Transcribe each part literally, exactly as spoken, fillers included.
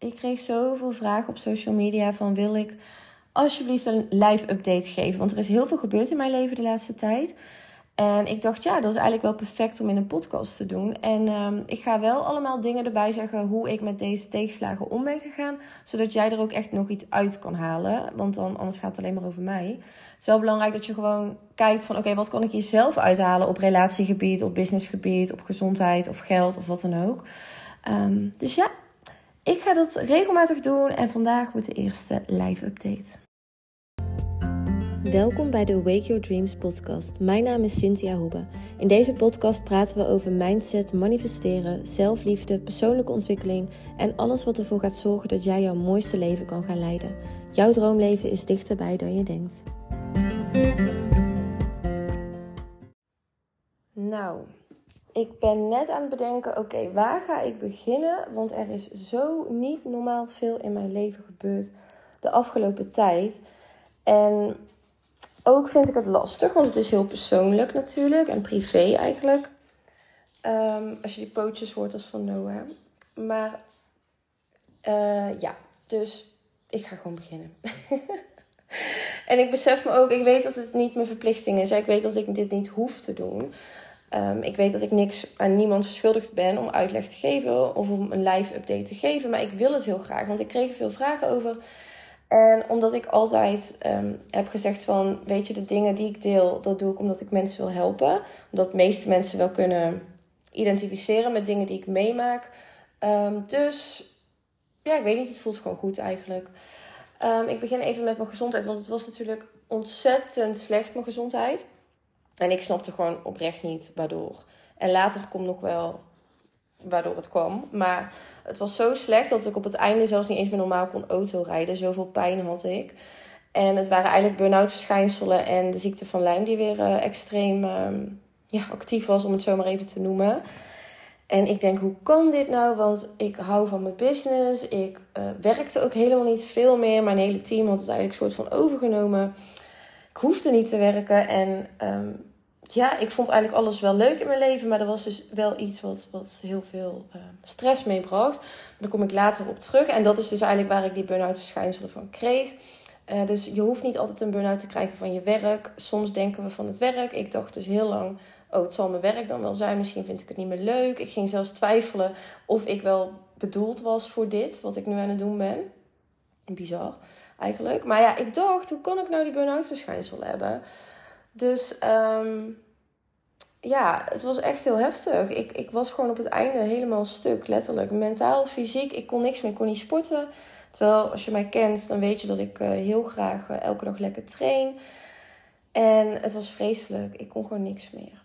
Ik kreeg zoveel vragen op social media van wil ik alsjeblieft een live update geven. Want er is heel veel gebeurd in mijn leven de laatste tijd. En ik dacht, ja, dat is eigenlijk wel perfect om in een podcast te doen. En um, ik ga wel allemaal dingen erbij zeggen hoe ik met deze tegenslagen om ben gegaan. Zodat jij er ook echt nog iets uit kan halen. Want dan, anders gaat het alleen maar over mij. Het is wel belangrijk dat je gewoon kijkt van, oké, okay, wat kan ik hier zelf uithalen op relatiegebied, op businessgebied, op gezondheid of geld of wat dan ook. Um, dus ja, ik ga dat regelmatig doen. En vandaag wordt de eerste live update. Welkom bij de Wake Your Dreams podcast. Mijn naam is Cynthia Hoebe. In deze podcast praten we over mindset, manifesteren, zelfliefde, persoonlijke ontwikkeling en alles wat ervoor gaat zorgen dat jij jouw mooiste leven kan gaan leiden. Jouw droomleven is dichterbij dan je denkt. Nou, ik ben net aan het bedenken, oké, okay, waar ga ik beginnen? Want er is zo niet normaal veel in mijn leven gebeurd de afgelopen tijd. En ook vind ik het lastig, want het is heel persoonlijk natuurlijk en privé eigenlijk. Um, als je die pootjes hoort als van Noah. Maar uh, ja, dus ik ga gewoon beginnen. En ik besef me ook, ik weet dat het niet mijn verplichting is. Ik weet dat ik dit niet hoef te doen. Um, ik weet dat ik niks aan niemand verschuldigd ben om uitleg te geven of om een live update te geven. Maar ik wil het heel graag, want ik kreeg er veel vragen over. En omdat ik altijd um, heb gezegd van, weet je, de dingen die ik deel, dat doe ik omdat ik mensen wil helpen. Omdat de meeste mensen wel kunnen identificeren met dingen die ik meemaak. Um, dus, ja, ik weet niet, het voelt gewoon goed eigenlijk. Um, ik begin even met mijn gezondheid, want het was natuurlijk ontzettend slecht, mijn gezondheid. En ik snapte gewoon oprecht niet waardoor. En later komt nog wel waardoor het kwam. Maar het was zo slecht dat ik op het einde zelfs niet eens meer normaal kon autorijden. Zoveel pijn had ik. En het waren eigenlijk burn-out verschijnselen en de ziekte van Lyme die weer uh, extreem uh, ja, actief was, om het zo maar even te noemen. En ik denk, hoe kan dit nou? Want ik hou van mijn business. Ik uh, werkte ook helemaal niet veel meer. Mijn hele team had het eigenlijk een soort van overgenomen. Ik hoefde niet te werken. En um, ja, ik vond eigenlijk alles wel leuk in mijn leven. Maar er was dus wel iets wat, wat heel veel uh, stress meebracht. Daar kom ik later op terug. En dat is dus eigenlijk waar ik die burn-out verschijnselen van kreeg. Uh, dus je hoeft niet altijd een burn-out te krijgen van je werk. Soms denken we van het werk. Ik dacht dus heel lang, oh, het zal mijn werk dan wel zijn. Misschien vind ik het niet meer leuk. Ik ging zelfs twijfelen of ik wel bedoeld was voor dit, wat ik nu aan het doen ben. Bizar, eigenlijk. Maar ja, ik dacht, hoe kan ik nou die burn-out verschijnsel hebben? Dus um, ja, het was echt heel heftig. Ik, ik was gewoon op het einde helemaal stuk, letterlijk. Mentaal, fysiek, ik kon niks meer, ik kon niet sporten. Terwijl, als je mij kent, dan weet je dat ik uh, heel graag uh, elke dag lekker train. En het was vreselijk. Ik kon gewoon niks meer.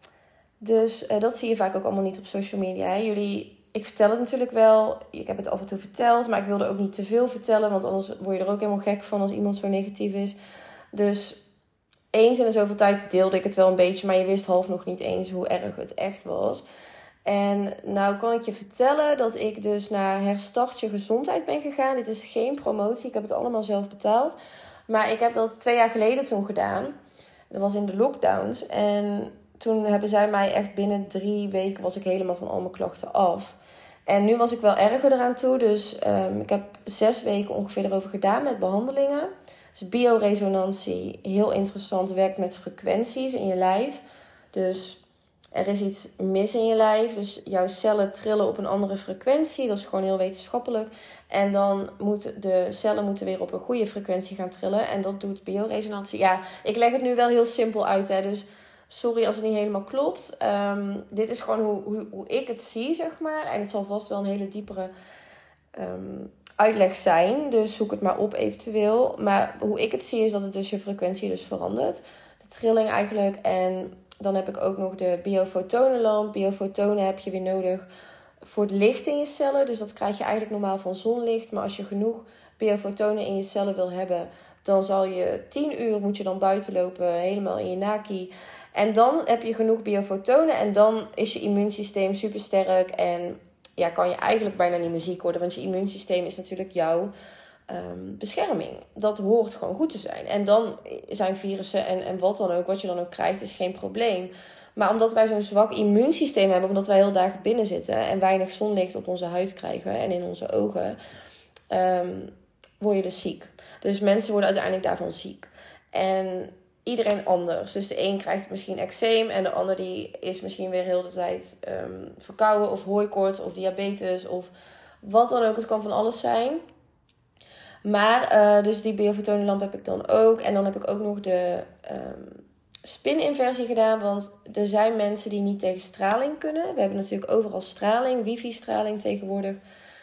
Dus uh, dat zie je vaak ook allemaal niet op social media. Hè? Jullie, ik vertel het natuurlijk wel. Ik heb het af en toe verteld, maar ik wilde ook niet te veel vertellen. Want anders word je er ook helemaal gek van als iemand zo negatief is. Dus eens in de zoveel tijd deelde ik het wel een beetje. Maar je wist half nog niet eens hoe erg het echt was. En nou kan ik je vertellen dat ik dus naar Herstart Je Gezondheid ben gegaan. Dit is geen promotie, ik heb het allemaal zelf betaald. Maar ik heb dat twee jaar geleden toen gedaan. Dat was in de lockdowns. En toen hebben zij mij echt binnen drie weken was ik helemaal van al mijn klachten af. En nu was ik wel erger eraan toe. Dus um, ik heb zes weken ongeveer erover gedaan met behandelingen. Dus bioresonantie, heel interessant, werkt met frequenties in je lijf. Dus er is iets mis in je lijf. Dus jouw cellen trillen op een andere frequentie. Dat is gewoon heel wetenschappelijk. En dan moeten de cellen moeten weer op een goede frequentie gaan trillen. En dat doet bioresonantie. Ja, ik leg het nu wel heel simpel uit. Hè. Dus sorry als het niet helemaal klopt. Um, dit is gewoon hoe, hoe, hoe ik het zie, zeg maar. En het zal vast wel een hele diepere um, uitleg zijn. Dus zoek het maar op eventueel. Maar hoe ik het zie is dat het dus je frequentie dus verandert. De trilling eigenlijk. En dan heb ik ook nog de biofotonenlamp. Biofotonen heb je weer nodig voor het licht in je cellen. Dus dat krijg je eigenlijk normaal van zonlicht. Maar als je genoeg biofotonen in je cellen wil hebben, dan zal je tien uur moet je dan buiten lopen, helemaal in je naki. En dan heb je genoeg biofotonen en dan is je immuunsysteem supersterk. En ja, kan je eigenlijk bijna niet meer ziek worden. Want je immuunsysteem is natuurlijk jouw um, bescherming. Dat hoort gewoon goed te zijn. En dan zijn virussen en, en wat dan ook, wat je dan ook krijgt, is geen probleem. Maar omdat wij zo'n zwak immuunsysteem hebben, omdat wij heel dagen binnen zitten en weinig zonlicht op onze huid krijgen en in onze ogen, um, word je dus ziek. Dus mensen worden uiteindelijk daarvan ziek. En iedereen anders. Dus de een krijgt misschien eczeem en de ander die is misschien weer heel de tijd um, verkouden of hooikoorts of diabetes of wat dan ook. Het kan van alles zijn. Maar uh, dus die biofotonenlamp heb ik dan ook. En dan heb ik ook nog de um, spin-inversie gedaan. Want er zijn mensen die niet tegen straling kunnen. We hebben natuurlijk overal straling, wifi-straling tegenwoordig.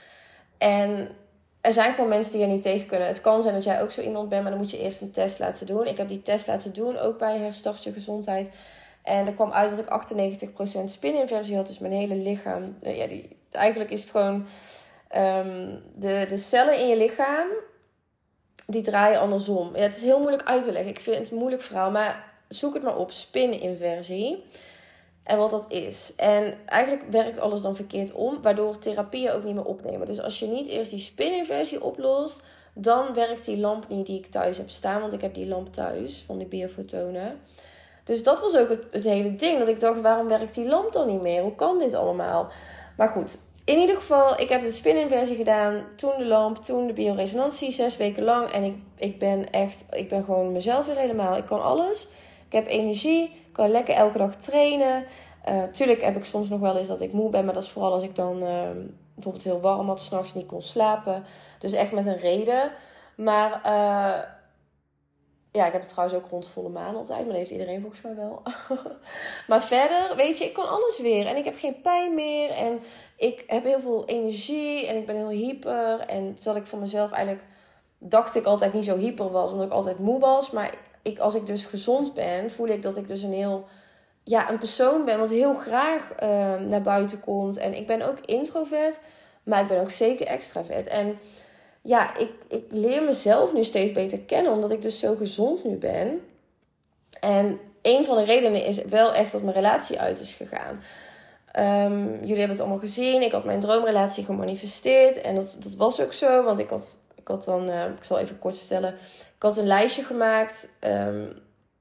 En er zijn gewoon mensen die er niet tegen kunnen. Het kan zijn dat jij ook zo iemand bent, maar dan moet je eerst een test laten doen. Ik heb die test laten doen, ook bij Herstart Je Gezondheid. En er kwam uit dat ik achtennegentig procent spininversie had. Dus mijn hele lichaam, ja, die, eigenlijk is het gewoon um, de, de cellen in je lichaam, die draaien andersom. Ja, het is heel moeilijk uit te leggen. Ik vind het een moeilijk verhaal, maar zoek het maar op, spininversie. En wat dat is. En eigenlijk werkt alles dan verkeerd om, waardoor therapieën ook niet meer opnemen. Dus als je niet eerst die spininversie oplost, dan werkt die lamp niet die ik thuis heb staan. Want ik heb die lamp thuis van die biofotonen. Dus dat was ook het, het hele ding. Dat ik dacht, waarom werkt die lamp dan niet meer? Hoe kan dit allemaal? Maar goed, in ieder geval, ik heb de spininversie gedaan. Toen de lamp, toen de bioresonantie, zes weken lang. En ik, ik ben echt, ik ben gewoon mezelf weer helemaal. Ik kan alles. Ik heb energie, ik kan lekker elke dag trainen. Uh, tuurlijk heb ik soms nog wel eens dat ik moe ben. Maar dat is vooral als ik dan uh, bijvoorbeeld heel warm had, 's nachts niet kon slapen. Dus echt met een reden. Maar uh, ja, ik heb het trouwens ook rond volle maan altijd. Maar dat heeft iedereen volgens mij wel. Maar verder, weet je, ik kan alles weer. En ik heb geen pijn meer. En ik heb heel veel energie. En ik ben heel hyper. En terwijl ik voor mezelf eigenlijk dacht ik altijd niet zo hyper was. Omdat ik altijd moe was. Maar ik, als ik dus gezond ben, voel ik dat ik dus een heel, ja, een persoon ben wat heel graag uh, naar buiten komt. En ik ben ook introvert, maar ik ben ook zeker extravert. En ja, ik, ik leer mezelf nu steeds beter kennen, omdat ik dus zo gezond nu ben. En een van de redenen is wel echt dat mijn relatie uit is gegaan. Um, jullie hebben het allemaal gezien. Ik had mijn droomrelatie gemanifesteerd. En dat, dat was ook zo, want ik had, ik had dan, uh, ik zal even kort vertellen. Ik had een lijstje gemaakt um,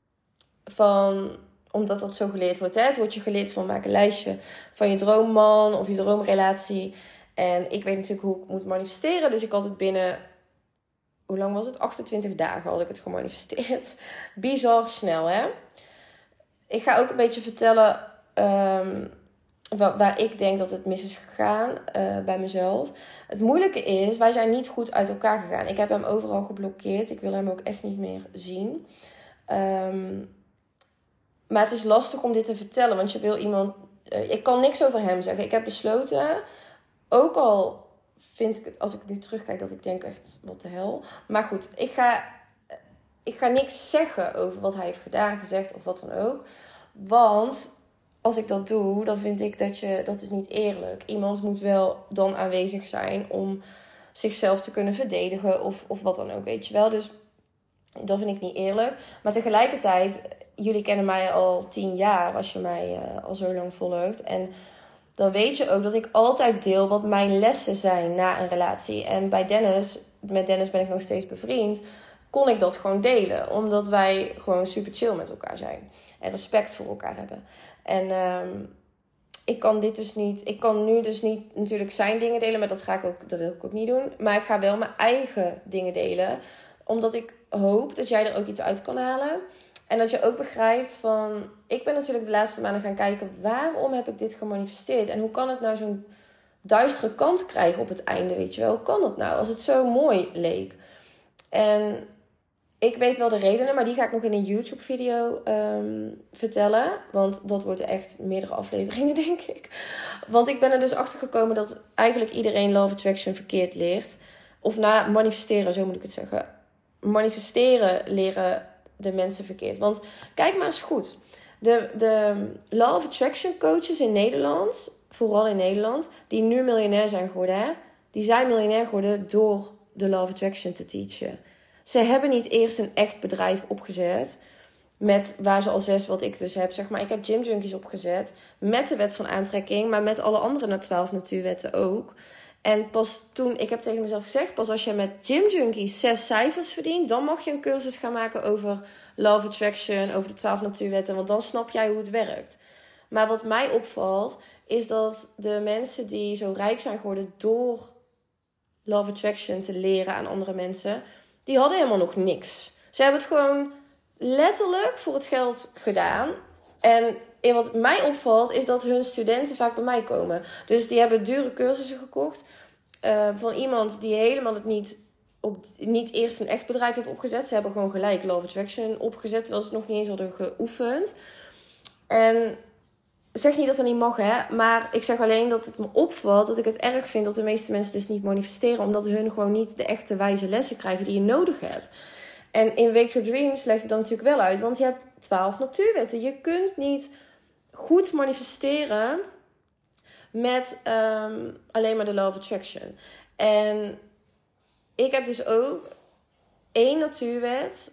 van, omdat dat zo geleerd wordt. Hè? Het wordt je geleerd van maak een lijstje van je droomman of je droomrelatie. En ik weet natuurlijk hoe ik moet manifesteren. Dus ik had het binnen, hoe lang was het? achtentwintig dagen had ik het gemanifesteerd. Bizar snel, hè? Ik ga ook een beetje vertellen um, waar, waar ik denk dat het mis is gegaan uh, bij mezelf. Het moeilijke is, wij zijn niet goed uit elkaar gegaan. Ik heb hem overal geblokkeerd. Ik wil hem ook echt niet meer zien. Um, maar het is lastig om dit te vertellen, want je wil iemand... Uh, ik kan niks over hem zeggen. Ik heb besloten, ook al vind ik het, als ik nu terugkijk, dat ik denk echt, wat de hel. Maar goed, ik ga, ik ga niks zeggen over wat hij heeft gedaan, gezegd of wat dan ook. Want als ik dat doe, dan vind ik dat je, dat is niet eerlijk. Iemand moet wel dan aanwezig zijn om zichzelf te kunnen verdedigen of, of wat dan ook, weet je wel. Dus dat vind ik niet eerlijk. Maar tegelijkertijd, jullie kennen mij al tien jaar als je mij uh, al zo lang volgt. En dan weet je ook dat ik altijd deel wat mijn lessen zijn na een relatie. En bij Dennis, met Dennis ben ik nog steeds bevriend, kon ik dat gewoon delen. Omdat wij gewoon super chill met elkaar zijn. En respect voor elkaar hebben. En um, ik kan dit dus niet, ik kan nu dus niet natuurlijk zijn dingen delen. Maar dat ga ik ook, dat wil ik ook niet doen. Maar ik ga wel mijn eigen dingen delen. Omdat ik hoop dat jij er ook iets uit kan halen. En dat je ook begrijpt van, ik ben natuurlijk de laatste maanden gaan kijken, waarom heb ik dit gemanifesteerd? En hoe kan het nou zo'n duistere kant krijgen op het einde, weet je wel? Hoe kan dat nou, als het zo mooi leek? En ik weet wel de redenen, maar die ga ik nog in een YouTube-video um, vertellen. Want dat wordt echt meerdere afleveringen, denk ik. Want ik ben er dus achter gekomen dat eigenlijk iedereen Law of Attraction verkeerd leert. Of na manifesteren, zo moet ik het zeggen. Manifesteren leren de mensen verkeerd. Want kijk maar eens goed. De, de Law of Attraction coaches in Nederland, vooral in Nederland, die nu miljonair zijn geworden, hè? Die zijn miljonair geworden door de Law of Attraction te teachen. Ze hebben niet eerst een echt bedrijf opgezet met waar ze al zes, wat ik dus heb, zeg maar. Ik heb Gym Junkies opgezet met de wet van aantrekking, maar met alle andere twaalf natuurwetten ook. En pas toen, ik heb tegen mezelf gezegd, pas als je met Gym Junkies zes cijfers verdient, dan mag je een cursus gaan maken over Law of Attraction, over de twaalf natuurwetten, want dan snap jij hoe het werkt. Maar wat mij opvalt, is dat de mensen die zo rijk zijn geworden door Law of Attraction te leren aan andere mensen, die hadden helemaal nog niks. Ze hebben het gewoon letterlijk voor het geld gedaan. En en wat mij opvalt, is dat hun studenten vaak bij mij komen. Dus die hebben dure cursussen gekocht uh, van iemand die helemaal het niet, op, niet eerst een echt bedrijf heeft opgezet. Ze hebben gewoon gelijk Law of Attraction opgezet, terwijl ze het nog niet eens hadden geoefend. En ik zeg niet dat dat niet mag, hè. Maar ik zeg alleen dat het me opvalt dat ik het erg vind dat de meeste mensen dus niet manifesteren. Omdat hun gewoon niet de echte wijze lessen krijgen die je nodig hebt. En in Wake Your Dreams leg ik dan natuurlijk wel uit. Want je hebt twaalf natuurwetten. Je kunt niet goed manifesteren met um, alleen maar de Law of Attraction. En ik heb dus ook één natuurwet.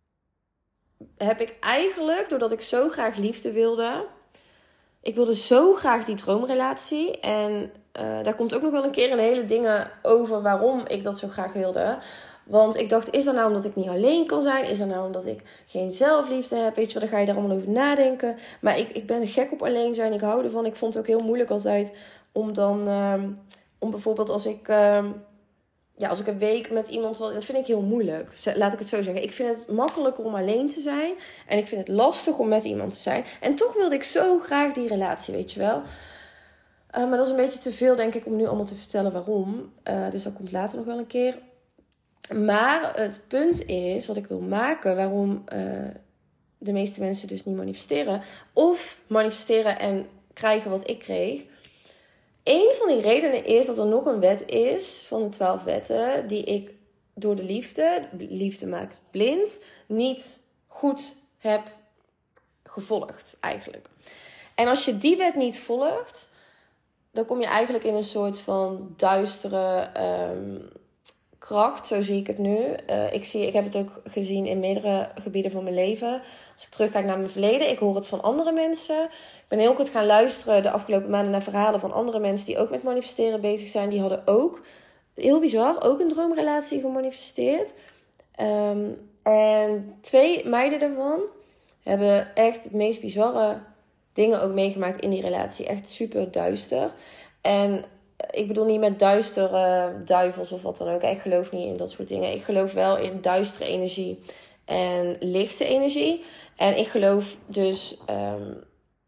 Heb ik eigenlijk, doordat ik zo graag liefde wilde. Ik wilde zo graag die droomrelatie. En uh, daar komt ook nog wel een keer een hele dingen over waarom ik dat zo graag wilde. Want ik dacht, is dat nou omdat ik niet alleen kan zijn? Is dat nou omdat ik geen zelfliefde heb? Weet je wel, dan ga je daar allemaal over nadenken. Maar ik, ik ben gek op alleen zijn. Ik hou ervan. Ik vond het ook heel moeilijk altijd om dan... Um, om bijvoorbeeld als ik... Um, ja, als ik een week met iemand... Dat vind ik heel moeilijk. Laat ik het zo zeggen. Ik vind het makkelijker om alleen te zijn. En ik vind het lastig om met iemand te zijn. En toch wilde ik zo graag die relatie, weet je wel. Uh, maar dat is een beetje te veel, denk ik, om nu allemaal te vertellen waarom. Uh, dus dat komt later nog wel een keer. Maar het punt is, wat ik wil maken, waarom uh, de meeste mensen dus niet manifesteren. Of manifesteren en krijgen wat ik kreeg. Eén van die redenen is dat er nog een wet is van de twaalf wetten die ik door de liefde, liefde maakt blind, niet goed heb gevolgd eigenlijk. En als je die wet niet volgt, dan kom je eigenlijk in een soort van duistere um, kracht, zo zie ik het nu. Uh, ik, zie, ik heb het ook gezien in meerdere gebieden van mijn leven. Als ik terugkijk naar mijn verleden, ik hoor het van andere mensen. Ik ben heel goed gaan luisteren de afgelopen maanden naar verhalen van andere mensen die ook met manifesteren bezig zijn. Die hadden ook, heel bizar, ook een droomrelatie gemanifesteerd. Um, en twee meiden daarvan hebben echt de meest bizarre dingen ook meegemaakt in die relatie. Echt super duister. En ik bedoel niet met duistere duivels of wat dan ook. Ik geloof niet in dat soort dingen. Ik geloof wel in duistere energie en lichte energie. En ik geloof dus... Um,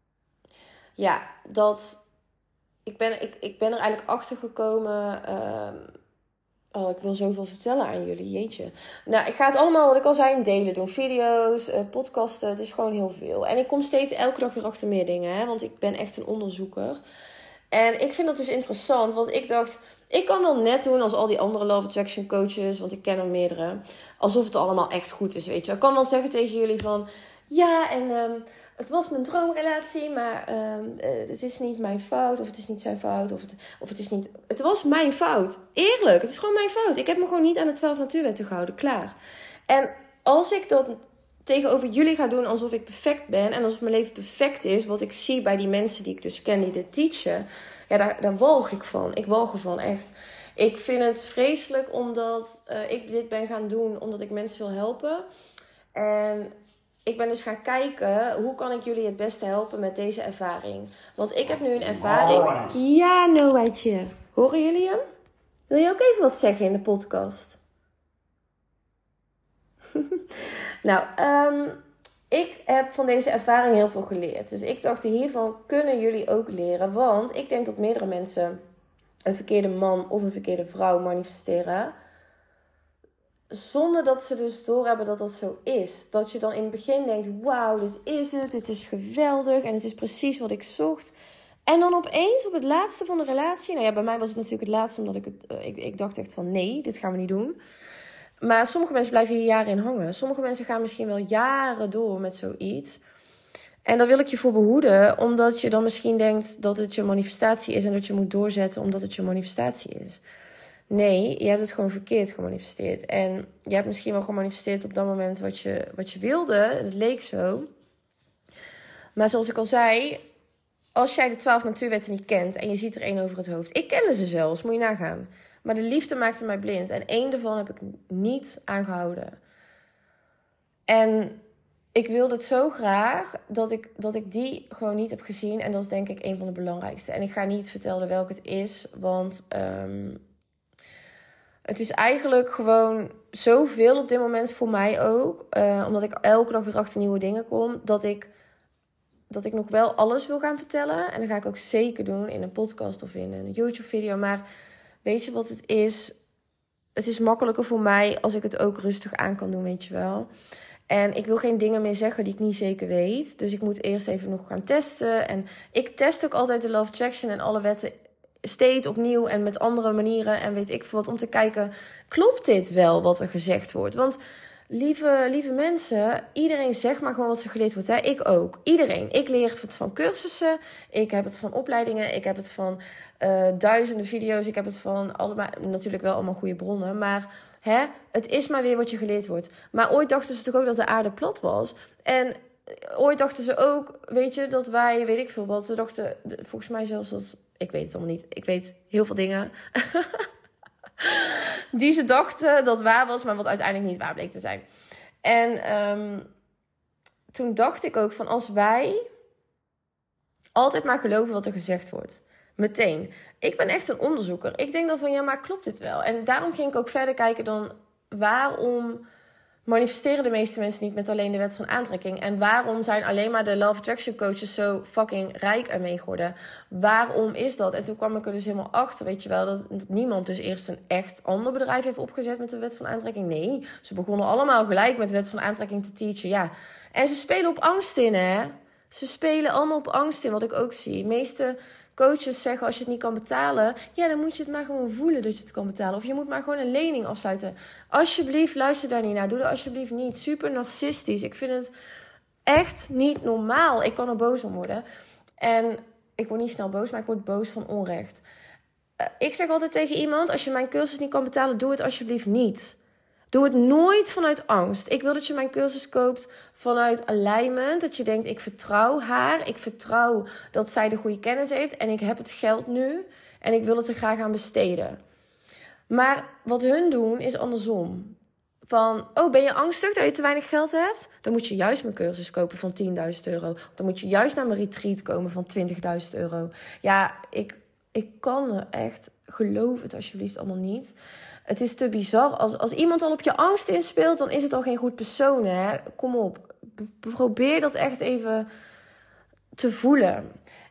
ja, dat... Ik ben, ik, ik ben er eigenlijk achter gekomen... Um, oh, ik wil zoveel vertellen aan jullie. Jeetje. Nou, ik ga het allemaal, wat ik al zei, in delen doen. Video's, uh, podcasten. Het is gewoon heel veel. En ik kom steeds elke dag weer achter meer dingen. Hè, want ik ben echt een onderzoeker. En ik vind dat dus interessant, want ik dacht, ik kan wel net doen als al die andere Law of Attraction coaches, want ik ken er meerdere, alsof het allemaal echt goed is, weet je. Ik kan wel zeggen tegen jullie van, ja, en um, het was mijn droomrelatie, maar um, uh, het is niet mijn fout, of het is niet zijn fout, of het, of het is niet... Het was mijn fout. Eerlijk, het is gewoon mijn fout. Ik heb me gewoon niet aan de twaalf natuurwetten gehouden, klaar. En als ik dat tegenover jullie ga doen alsof ik perfect ben en alsof mijn leven perfect is, wat ik zie bij die mensen die ik dus ken die dit teachen, ja, daar, daar walg ik van. Ik walg ervan, echt. Ik vind het vreselijk omdat uh, ik dit ben gaan doen omdat ik mensen wil helpen. En ik ben dus gaan kijken, hoe kan ik jullie het beste helpen met deze ervaring? Want ik heb nu een ervaring... Ja, Noah'tje. Horen jullie hem? Wil je ook even wat zeggen in de podcast? Nou, um, ik heb van deze ervaring heel veel geleerd. Dus ik dacht, hiervan kunnen jullie ook leren. Want ik denk dat meerdere mensen een verkeerde man of een verkeerde vrouw manifesteren. Zonder dat ze dus doorhebben dat dat zo is. Dat je dan in het begin denkt, wauw, dit is het. Dit is geweldig en het is precies wat ik zocht. En dan opeens op het laatste van de relatie. Nou ja, bij mij was het natuurlijk het laatste. Omdat ik, het, uh, ik, ik dacht echt van nee, dit gaan we niet doen. Maar sommige mensen blijven hier jaren in hangen. Sommige mensen gaan misschien wel jaren door met zoiets. En daar wil ik je voor behoeden. Omdat je dan misschien denkt dat het je manifestatie is. En dat je moet doorzetten omdat het je manifestatie is. Nee, je hebt het gewoon verkeerd gemanifesteerd. En je hebt misschien wel gemanifesteerd op dat moment wat je, wat je wilde. Het leek zo. Maar zoals ik al zei, als jij de twaalf natuurwetten niet kent en je ziet er één over het hoofd. Ik kende ze zelfs, moet je nagaan. Maar de liefde maakte mij blind. En één daarvan heb ik niet aangehouden. En ik wil het zo graag dat ik, dat ik die gewoon niet heb gezien. En dat is denk ik een van de belangrijkste. En ik ga niet vertellen welke het is. Want um, het is eigenlijk gewoon zoveel op dit moment voor mij ook. Uh, omdat ik elke dag weer achter nieuwe dingen kom. Dat ik, dat ik nog wel alles wil gaan vertellen. En dat ga ik ook zeker doen in een podcast of in een YouTube video. Maar weet je wat het is? Het is makkelijker voor mij als ik het ook rustig aan kan doen, weet je wel. En ik wil geen dingen meer zeggen die ik niet zeker weet. Dus ik moet eerst even nog gaan testen. En ik test ook altijd de Law of Attraction en alle wetten steeds opnieuw en met andere manieren. En weet ik veel wat, om te kijken, klopt dit wel wat er gezegd wordt? Want lieve, lieve mensen, iedereen zegt maar gewoon wat ze geleerd wordt. Hè? Ik ook. Iedereen. Ik leer het van cursussen. Ik heb het van opleidingen. Ik heb het van uh, duizenden video's. Ik heb het van allemaal, natuurlijk wel allemaal goede bronnen. Maar hè, het is maar weer wat je geleerd wordt. Maar ooit dachten ze toch ook dat de aarde plat was. En ooit dachten ze ook, weet je, dat wij, weet ik veel wat. Ze dachten, volgens mij zelfs dat, ik weet het allemaal niet. Ik weet heel veel dingen. Die ze dachten dat waar was, maar wat uiteindelijk niet waar bleek te zijn. En um, toen dacht ik ook van, als wij altijd maar geloven wat er gezegd wordt. Meteen. Ik ben echt een onderzoeker. Ik denk dan van, ja, maar klopt dit wel? En daarom ging ik ook verder kijken dan, waarom manifesteren de meeste mensen niet met alleen de wet van aantrekking? En waarom zijn alleen maar de Law of Attraction coaches zo fucking rijk ermee geworden? Waarom is dat? En toen kwam ik er dus helemaal achter, weet je wel, dat, dat niemand dus eerst een echt ander bedrijf heeft opgezet met de wet van aantrekking. Nee, ze begonnen allemaal gelijk met de wet van aantrekking te teachen, ja. En ze spelen op angst in, hè. Ze spelen allemaal op angst in, wat ik ook zie. De meeste coaches zeggen, als je het niet kan betalen, ja, dan moet je het maar gewoon voelen dat je het kan betalen. Of je moet maar gewoon een lening afsluiten. Alsjeblieft, luister daar niet naar. Doe dat alsjeblieft niet. Super narcistisch. Ik vind het echt niet normaal. Ik kan er boos om worden. En ik word niet snel boos, maar ik word boos van onrecht. Uh, ik zeg altijd tegen iemand, als je mijn cursus niet kan betalen, doe het alsjeblieft niet. Doe het nooit vanuit angst. Ik wil dat je mijn cursus koopt vanuit alignment. Dat je denkt, ik vertrouw haar. Ik vertrouw dat zij de goede kennis heeft. En ik heb het geld nu. En ik wil het er graag aan besteden. Maar wat hun doen is andersom. Van, oh, ben je angstig dat je te weinig geld hebt? Dan moet je juist mijn cursus kopen van tienduizend euro. Dan moet je juist naar mijn retreat komen van twintigduizend euro. Ja, ik, ik kan echt, geloof het alsjeblieft allemaal niet. Het is te bizar. Als, als iemand al op je angst inspeelt, dan is het al geen goed persoon, hè? Kom op. Probeer dat echt even te voelen.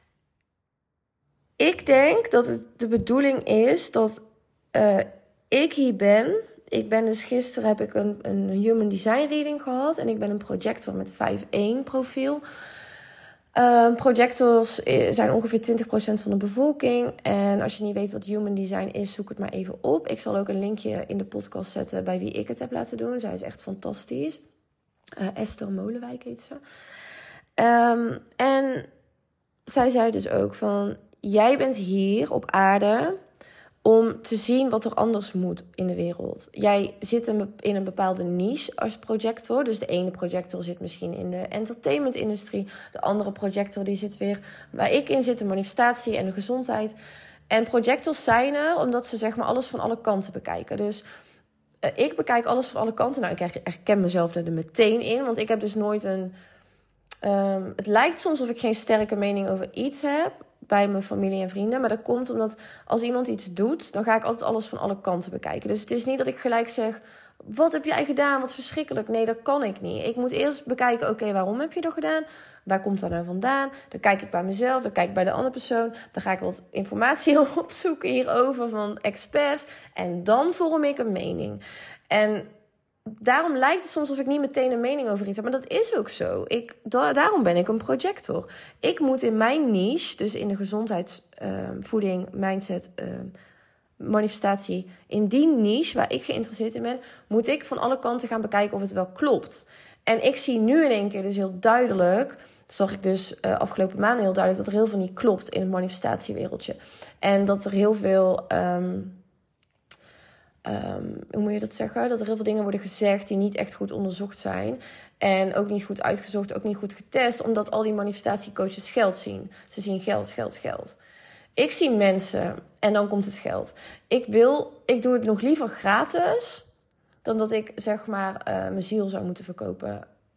Ik denk dat het de bedoeling is dat uh, ik hier ben. Ik ben dus gisteren heb ik een, een human design reading gehad. En ik ben een projector met vijf één profiel. Uh, projectors zijn ongeveer twintig procent van de bevolking. En als je niet weet wat human design is, zoek het maar even op. Ik zal ook een linkje in de podcast zetten bij wie ik het heb laten doen. Zij is echt fantastisch. Uh, Esther Molenwijk heet ze. Um, en zij zei dus ook van, jij bent hier op aarde om te zien wat er anders moet in de wereld. Jij zit in een bepaalde niche als projector. Dus de ene projector zit misschien in de entertainment-industrie. De andere projector die zit weer waar ik in zit, de manifestatie en de gezondheid. En projectors zijn er omdat ze zeg maar alles van alle kanten bekijken. Dus uh, ik bekijk alles van alle kanten. Nou, ik herken mezelf er meteen in. Want ik heb dus nooit een... Um, het lijkt soms of ik geen sterke mening over iets heb bij mijn familie en vrienden. Maar dat komt omdat als iemand iets doet, dan ga ik altijd alles van alle kanten bekijken. Dus het is niet dat ik gelijk zeg, wat heb jij gedaan? Wat verschrikkelijk. Nee, dat kan ik niet. Ik moet eerst bekijken, oké, okay, waarom heb je dat gedaan? Waar komt dat nou vandaan? Dan kijk ik bij mezelf, dan kijk ik bij de andere persoon. Dan ga ik wat informatie opzoeken hierover van experts. En dan vorm ik een mening. En daarom lijkt het soms of ik niet meteen een mening over iets heb. Maar dat is ook zo. Ik, da- daarom ben ik een projector. Ik moet in mijn niche, dus in de gezondheidsvoeding, uh, mindset, uh, manifestatie, in die niche waar ik geïnteresseerd in ben, moet ik van alle kanten gaan bekijken of het wel klopt. En ik zie nu in één keer dus heel duidelijk, dat zag ik dus uh, afgelopen maanden heel duidelijk, dat er heel veel niet klopt in het manifestatiewereldje. En dat er heel veel... Um, Um, hoe moet je dat zeggen? Dat er heel veel dingen worden gezegd die niet echt goed onderzocht zijn. En ook niet goed uitgezocht, ook niet goed getest. Omdat al die manifestatiecoaches geld zien. Ze zien geld, geld, geld. Ik zie mensen en dan komt het geld. Ik wil, ik doe het nog liever gratis dan dat ik zeg maar uh, mijn ziel zou moeten verkopen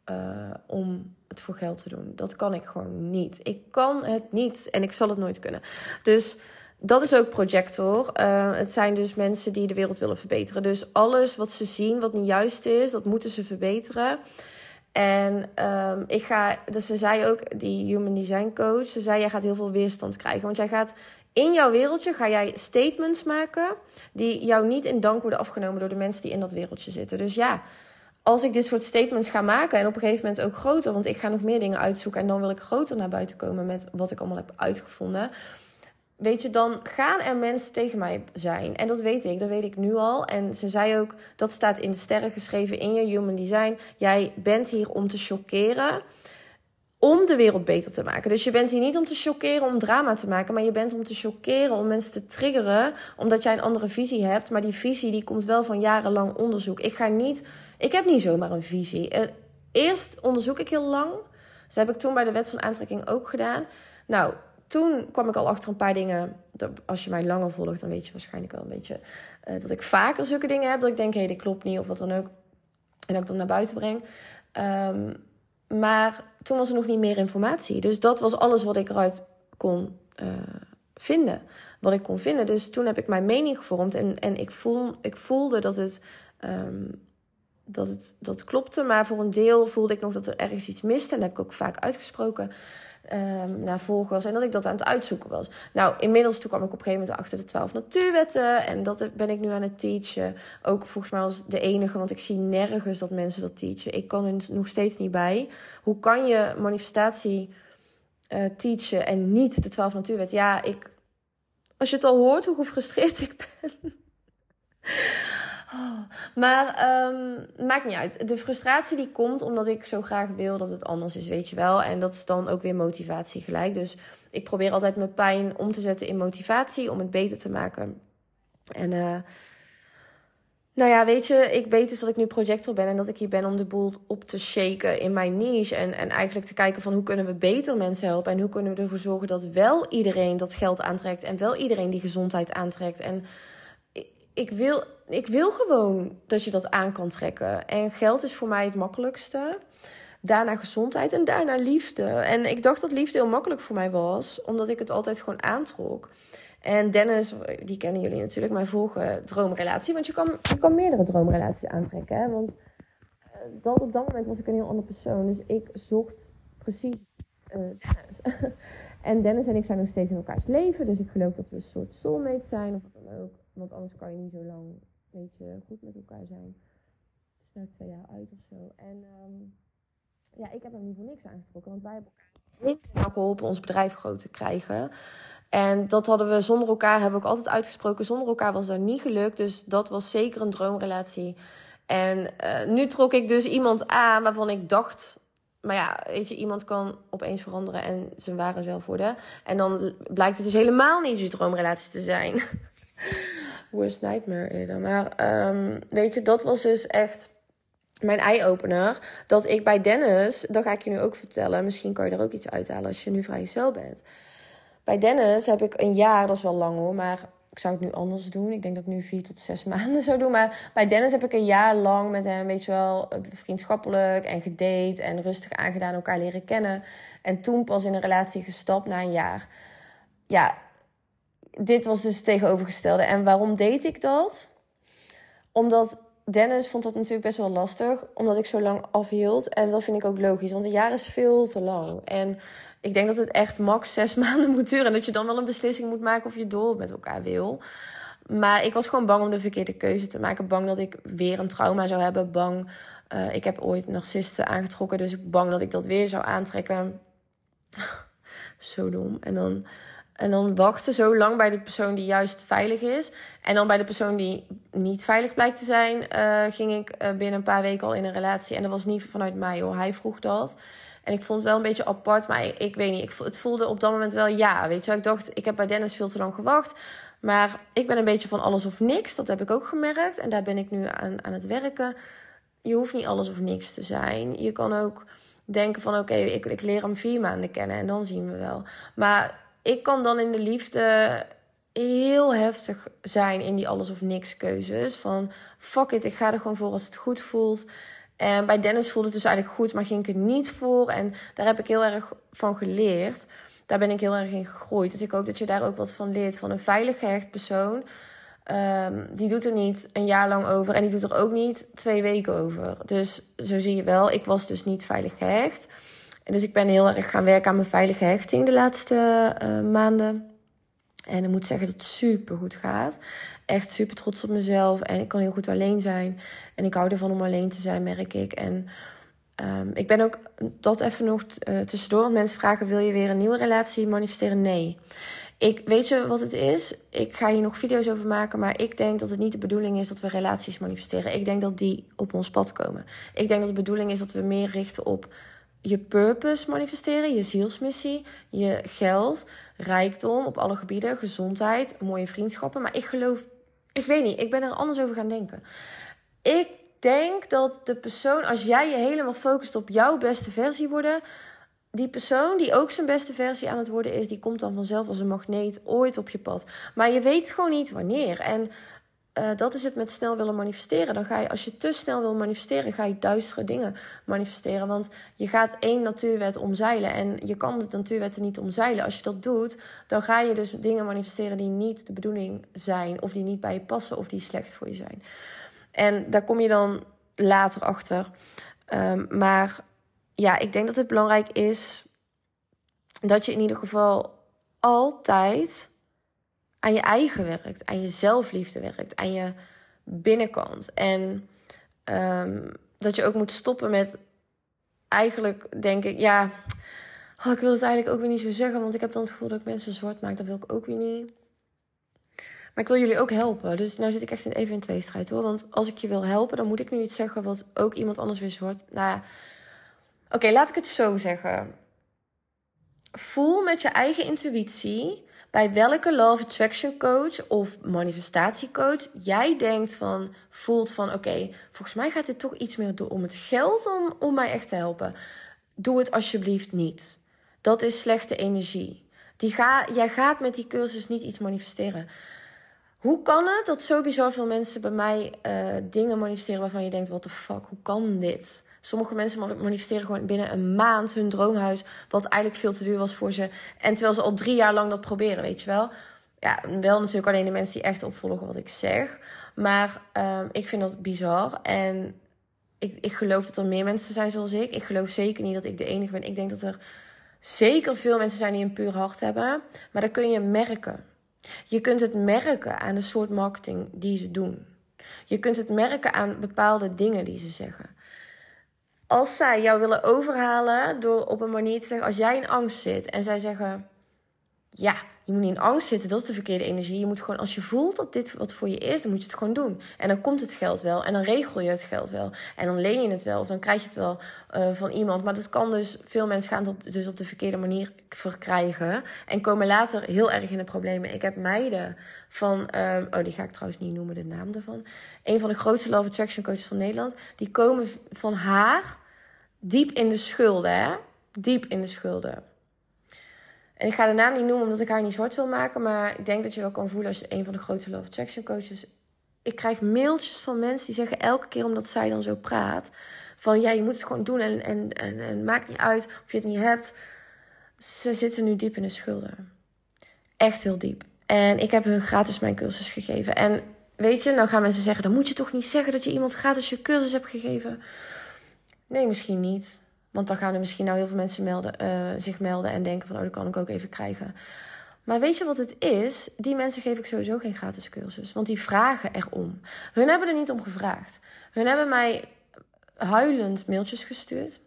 uh, om het voor geld te doen. Dat kan ik gewoon niet. Ik kan het niet en ik zal het nooit kunnen. Dus dat is ook Projector. Uh, het zijn dus mensen die de wereld willen verbeteren. Dus alles wat ze zien, wat niet juist is, dat moeten ze verbeteren. En um, ik ga, dus ze zei ook, die human design coach, ze zei, jij gaat heel veel weerstand krijgen. Want jij gaat, in jouw wereldje ga jij statements maken die jou niet in dank worden afgenomen door de mensen die in dat wereldje zitten. Dus ja, als ik dit soort statements ga maken en op een gegeven moment ook groter, want ik ga nog meer dingen uitzoeken en dan wil ik groter naar buiten komen met wat ik allemaal heb uitgevonden. Weet je, dan gaan er mensen tegen mij zijn. En dat weet ik, dat weet ik nu al. En ze zei ook, dat staat in de sterren geschreven in je human design. Jij bent hier om te chockeren, om de wereld beter te maken. Dus je bent hier niet om te chockeren, om drama te maken, maar je bent om te chockeren, om mensen te triggeren, omdat jij een andere visie hebt. Maar die visie die komt wel van jarenlang onderzoek. Ik ga niet, ik heb niet zomaar een visie. Eerst onderzoek ik heel lang. Dat heb ik toen bij de wet van aantrekking ook gedaan. Nou, toen kwam ik al achter een paar dingen. Als je mij langer volgt, dan weet je waarschijnlijk wel een beetje uh, dat ik vaker zulke dingen heb. Dat ik denk, hé, hey, dit klopt niet of wat dan ook. En dat ik dat naar buiten breng. Um, maar toen was er nog niet meer informatie. Dus dat was alles wat ik eruit kon uh, vinden. Wat ik kon vinden. Dus toen heb ik mijn mening gevormd. En, en ik, voel, ik voelde dat het, um, dat het dat klopte. Maar voor een deel voelde ik nog dat er ergens iets miste. En dat heb ik ook vaak uitgesproken. Um, naar volgers en dat ik dat aan het uitzoeken was. Nou, inmiddels toen kwam ik op een gegeven moment achter de twaalf natuurwetten en dat ben ik nu aan het teachen. Ook volgens mij als de enige, want ik zie nergens dat mensen dat teachen. Ik kan er nog steeds niet bij. Hoe kan je manifestatie uh, teachen en niet de twaalf natuurwetten? Ja, ik, als je het al hoort hoe gefrustreerd ik ben. Oh, maar um, maakt niet uit. De frustratie die komt omdat ik zo graag wil dat het anders is, weet je wel. En dat is dan ook weer motivatie gelijk. Dus ik probeer altijd mijn pijn om te zetten in motivatie om het beter te maken. En uh, nou ja, weet je, ik weet dus dat ik nu projector ben en dat ik hier ben om de boel op te shaken in mijn niche. En, en eigenlijk te kijken van hoe kunnen we beter mensen helpen en hoe kunnen we ervoor zorgen dat wel iedereen dat geld aantrekt en wel iedereen die gezondheid aantrekt. En Ik wil, ik wil gewoon dat je dat aan kan trekken. En geld is voor mij het makkelijkste. Daarna gezondheid en daarna liefde. En ik dacht dat liefde heel makkelijk voor mij was. Omdat ik het altijd gewoon aantrok. En Dennis, die kennen jullie natuurlijk, mijn vorige droomrelatie. Want je kan, je kan meerdere droomrelaties aantrekken. Hè? Want dat op dat moment was ik een heel ander persoon. Dus ik zocht precies uh, Dennis. En Dennis en ik zijn nog steeds in elkaars leven. Dus ik geloof dat we een soort soulmate zijn. Of wat dan ook. Want anders kan je niet zo lang, weet je, goed met elkaar zijn. Het is nou twee jaar uit of zo. En um, ja, ik heb hem niet voor niks aangetrokken. Want wij hebben elkaar geholpen ons bedrijf groot te krijgen. En dat hadden we zonder elkaar, hebben we ook altijd uitgesproken. Zonder elkaar was dat niet gelukt. Dus dat was zeker een droomrelatie. En uh, nu trok ik dus iemand aan waarvan ik dacht... Maar ja, weet je, iemand kan opeens veranderen en zijn ware zelf worden. En dan blijkt het dus helemaal niet je droomrelatie te zijn. Worst nightmare eerder. Maar um, weet je, dat was dus echt mijn eye-opener. Dat ik bij Dennis, dat ga ik je nu ook vertellen. Misschien kan je er ook iets uithalen als je nu vrijgezel bent. Bij Dennis heb ik een jaar, dat is wel lang hoor, maar ik zou het nu anders doen. Ik denk dat ik nu vier tot zes maanden zou doen. Maar bij Dennis heb ik een jaar lang met hem, weet je wel, vriendschappelijk en gedate en rustig aangedaan, elkaar leren kennen. En toen pas in een relatie gestapt na een jaar. Ja, dit was dus het tegenovergestelde. En waarom deed ik dat? Omdat Dennis vond dat natuurlijk best wel lastig. Omdat ik zo lang afhield. En dat vind ik ook logisch. Want een jaar is veel te lang. En ik denk dat het echt max zes maanden moet duren. En dat je dan wel een beslissing moet maken of je door met elkaar wil. Maar ik was gewoon bang om de verkeerde keuze te maken. Bang dat ik weer een trauma zou hebben. Bang, uh, ik heb ooit narcisten aangetrokken. Dus ik bang dat ik dat weer zou aantrekken. Zo dom. En dan... En dan wachten zo lang bij de persoon die juist veilig is. En dan bij de persoon die niet veilig blijkt te zijn... Uh, ging ik uh, binnen een paar weken al in een relatie. En dat was niet vanuit mij hoor. Hij vroeg dat. En ik vond het wel een beetje apart. Maar ik, ik weet niet. Ik, het voelde op dat moment wel ja. Weet je wel. Ik dacht, ik heb bij Dennis veel te lang gewacht. Maar ik ben een beetje van alles of niks. Dat heb ik ook gemerkt. En daar ben ik nu aan, aan het werken. Je hoeft niet alles of niks te zijn. Je kan ook denken van oké, okay, ik, ik leer hem vier maanden kennen. En dan zien we wel. Maar... ik kan dan in de liefde heel heftig zijn in die alles of niks keuzes. Van fuck it, ik ga er gewoon voor als het goed voelt. En bij Dennis voelde het dus eigenlijk goed, maar ging ik er niet voor. En daar heb ik heel erg van geleerd. Daar ben ik heel erg in gegroeid. Dus ik hoop dat je daar ook wat van leert. Van een veilig gehecht persoon. Um, die doet er niet een jaar lang over. En die doet er ook niet twee weken over. Dus zo zie je wel. Ik was dus niet veilig gehecht. En dus ik ben heel erg gaan werken aan mijn veilige hechting de laatste uh, maanden. En ik moet zeggen dat het super goed gaat. Echt super trots op mezelf. En ik kan heel goed alleen zijn. En ik hou ervan om alleen te zijn, merk ik. En um, ik ben ook, dat even nog uh, tussendoor. Want mensen vragen, wil je weer een nieuwe relatie manifesteren? Nee. Ik, weet je wat het is? Ik ga hier nog video's over maken. Maar ik denk dat het niet de bedoeling is dat we relaties manifesteren. Ik denk dat die op ons pad komen. Ik denk dat de bedoeling is dat we meer richten op je purpose manifesteren, je zielsmissie, je geld, rijkdom op alle gebieden, gezondheid, mooie vriendschappen. Maar ik geloof, ik weet niet, ik ben er anders over gaan denken. Ik denk dat de persoon, als jij je helemaal focust op jouw beste versie worden, die persoon die ook zijn beste versie aan het worden is, die komt dan vanzelf als een magneet ooit op je pad. Maar je weet gewoon niet wanneer. En Uh, dat is het met snel willen manifesteren. Dan ga je, als je te snel wil manifesteren, ga je duistere dingen manifesteren. Want je gaat één natuurwet omzeilen. En je kan de natuurwetten niet omzeilen. Als je dat doet, dan ga je dus dingen manifesteren die niet de bedoeling zijn. Of die niet bij je passen. Of die slecht voor je zijn. En daar kom je dan later achter. Um, maar ja, ik denk dat het belangrijk is dat je in ieder geval altijd aan je eigen werkt, aan je zelfliefde werkt, aan je binnenkant. En um, dat je ook moet stoppen met eigenlijk, denk ik, ja, oh, ik wil het eigenlijk ook weer niet zo zeggen, want ik heb dan het gevoel dat ik mensen zwart maak. Dat wil ik ook weer niet. Maar ik wil jullie ook helpen. Dus nou zit ik echt even in tweestrijd hoor. Want als ik je wil helpen, dan moet ik nu iets zeggen wat ook iemand anders weer zwart. Nou ja, oké, okay, laat ik het zo zeggen. Voel met je eigen intuïtie bij welke Law of Attraction coach of manifestatiecoach jij denkt van, voelt van, oké, okay, volgens mij gaat dit toch iets meer doen om het geld om, om mij echt te helpen. Doe het alsjeblieft niet. Dat is slechte energie. Die ga, jij gaat met die cursus niet iets manifesteren. Hoe kan het dat zo bizar veel mensen bij mij uh, dingen manifesteren waarvan je denkt, what the fuck, hoe kan dit? Sommige mensen manifesteren gewoon binnen een maand hun droomhuis, wat eigenlijk veel te duur was voor ze. En terwijl ze al drie jaar lang dat proberen, weet je wel. Ja, wel natuurlijk alleen de mensen die echt opvolgen wat ik zeg. Maar uh, ik vind dat bizar. En ik, ik geloof dat er meer mensen zijn zoals ik. Ik geloof zeker niet dat ik de enige ben. Ik denk dat er zeker veel mensen zijn die een puur hart hebben. Maar dat kun je merken. Je kunt het merken aan de soort marketing die ze doen. Je kunt het merken aan bepaalde dingen die ze zeggen. Als zij jou willen overhalen door op een manier te zeggen, als jij in angst zit en zij zeggen, ja, je moet niet in angst zitten, dat is de verkeerde energie. Je moet gewoon, als je voelt dat dit wat voor je is, dan moet je het gewoon doen. En dan komt het geld wel en dan regel je het geld wel. En dan leen je het wel of dan krijg je het wel uh, van iemand. Maar dat kan dus, veel mensen gaan het op, dus op de verkeerde manier verkrijgen. En komen later heel erg in de problemen. Ik heb meiden van, um, oh die ga ik trouwens niet noemen, de naam ervan. Een van de grootste Law of Attraction coaches van Nederland. Die komen van haar diep in de schulden, hè. Diep in de schulden. En ik ga de naam niet noemen omdat ik haar niet zwart wil maken. Maar ik denk dat je wel kan voelen als je een van de grootste Law of Attraction coaches. Ik krijg mailtjes van mensen die zeggen elke keer omdat zij dan zo praat. Van ja, je moet het gewoon doen en, en, en, en maakt niet uit of je het niet hebt. Ze zitten nu diep in de schulden. Echt heel diep. En ik heb hun gratis mijn cursus gegeven. En weet je, nou gaan mensen zeggen, dan moet je toch niet zeggen dat je iemand gratis je cursus hebt gegeven. Nee, misschien niet. Want dan gaan er misschien nou heel veel mensen melden, uh, zich melden en denken van, oh, dat kan ik ook even krijgen. Maar weet je wat het is? Die mensen geef ik sowieso geen gratis cursus. Want die vragen erom. Hun hebben er niet om gevraagd. Hun hebben mij huilend mailtjes gestuurd.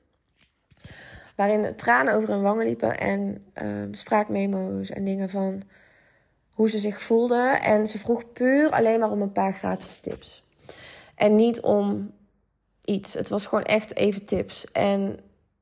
Waarin tranen over hun wangen liepen. En uh, spraakmemo's en dingen van hoe ze zich voelden. En ze vroeg puur alleen maar om een paar gratis tips. En niet om iets. Het was gewoon echt even tips. En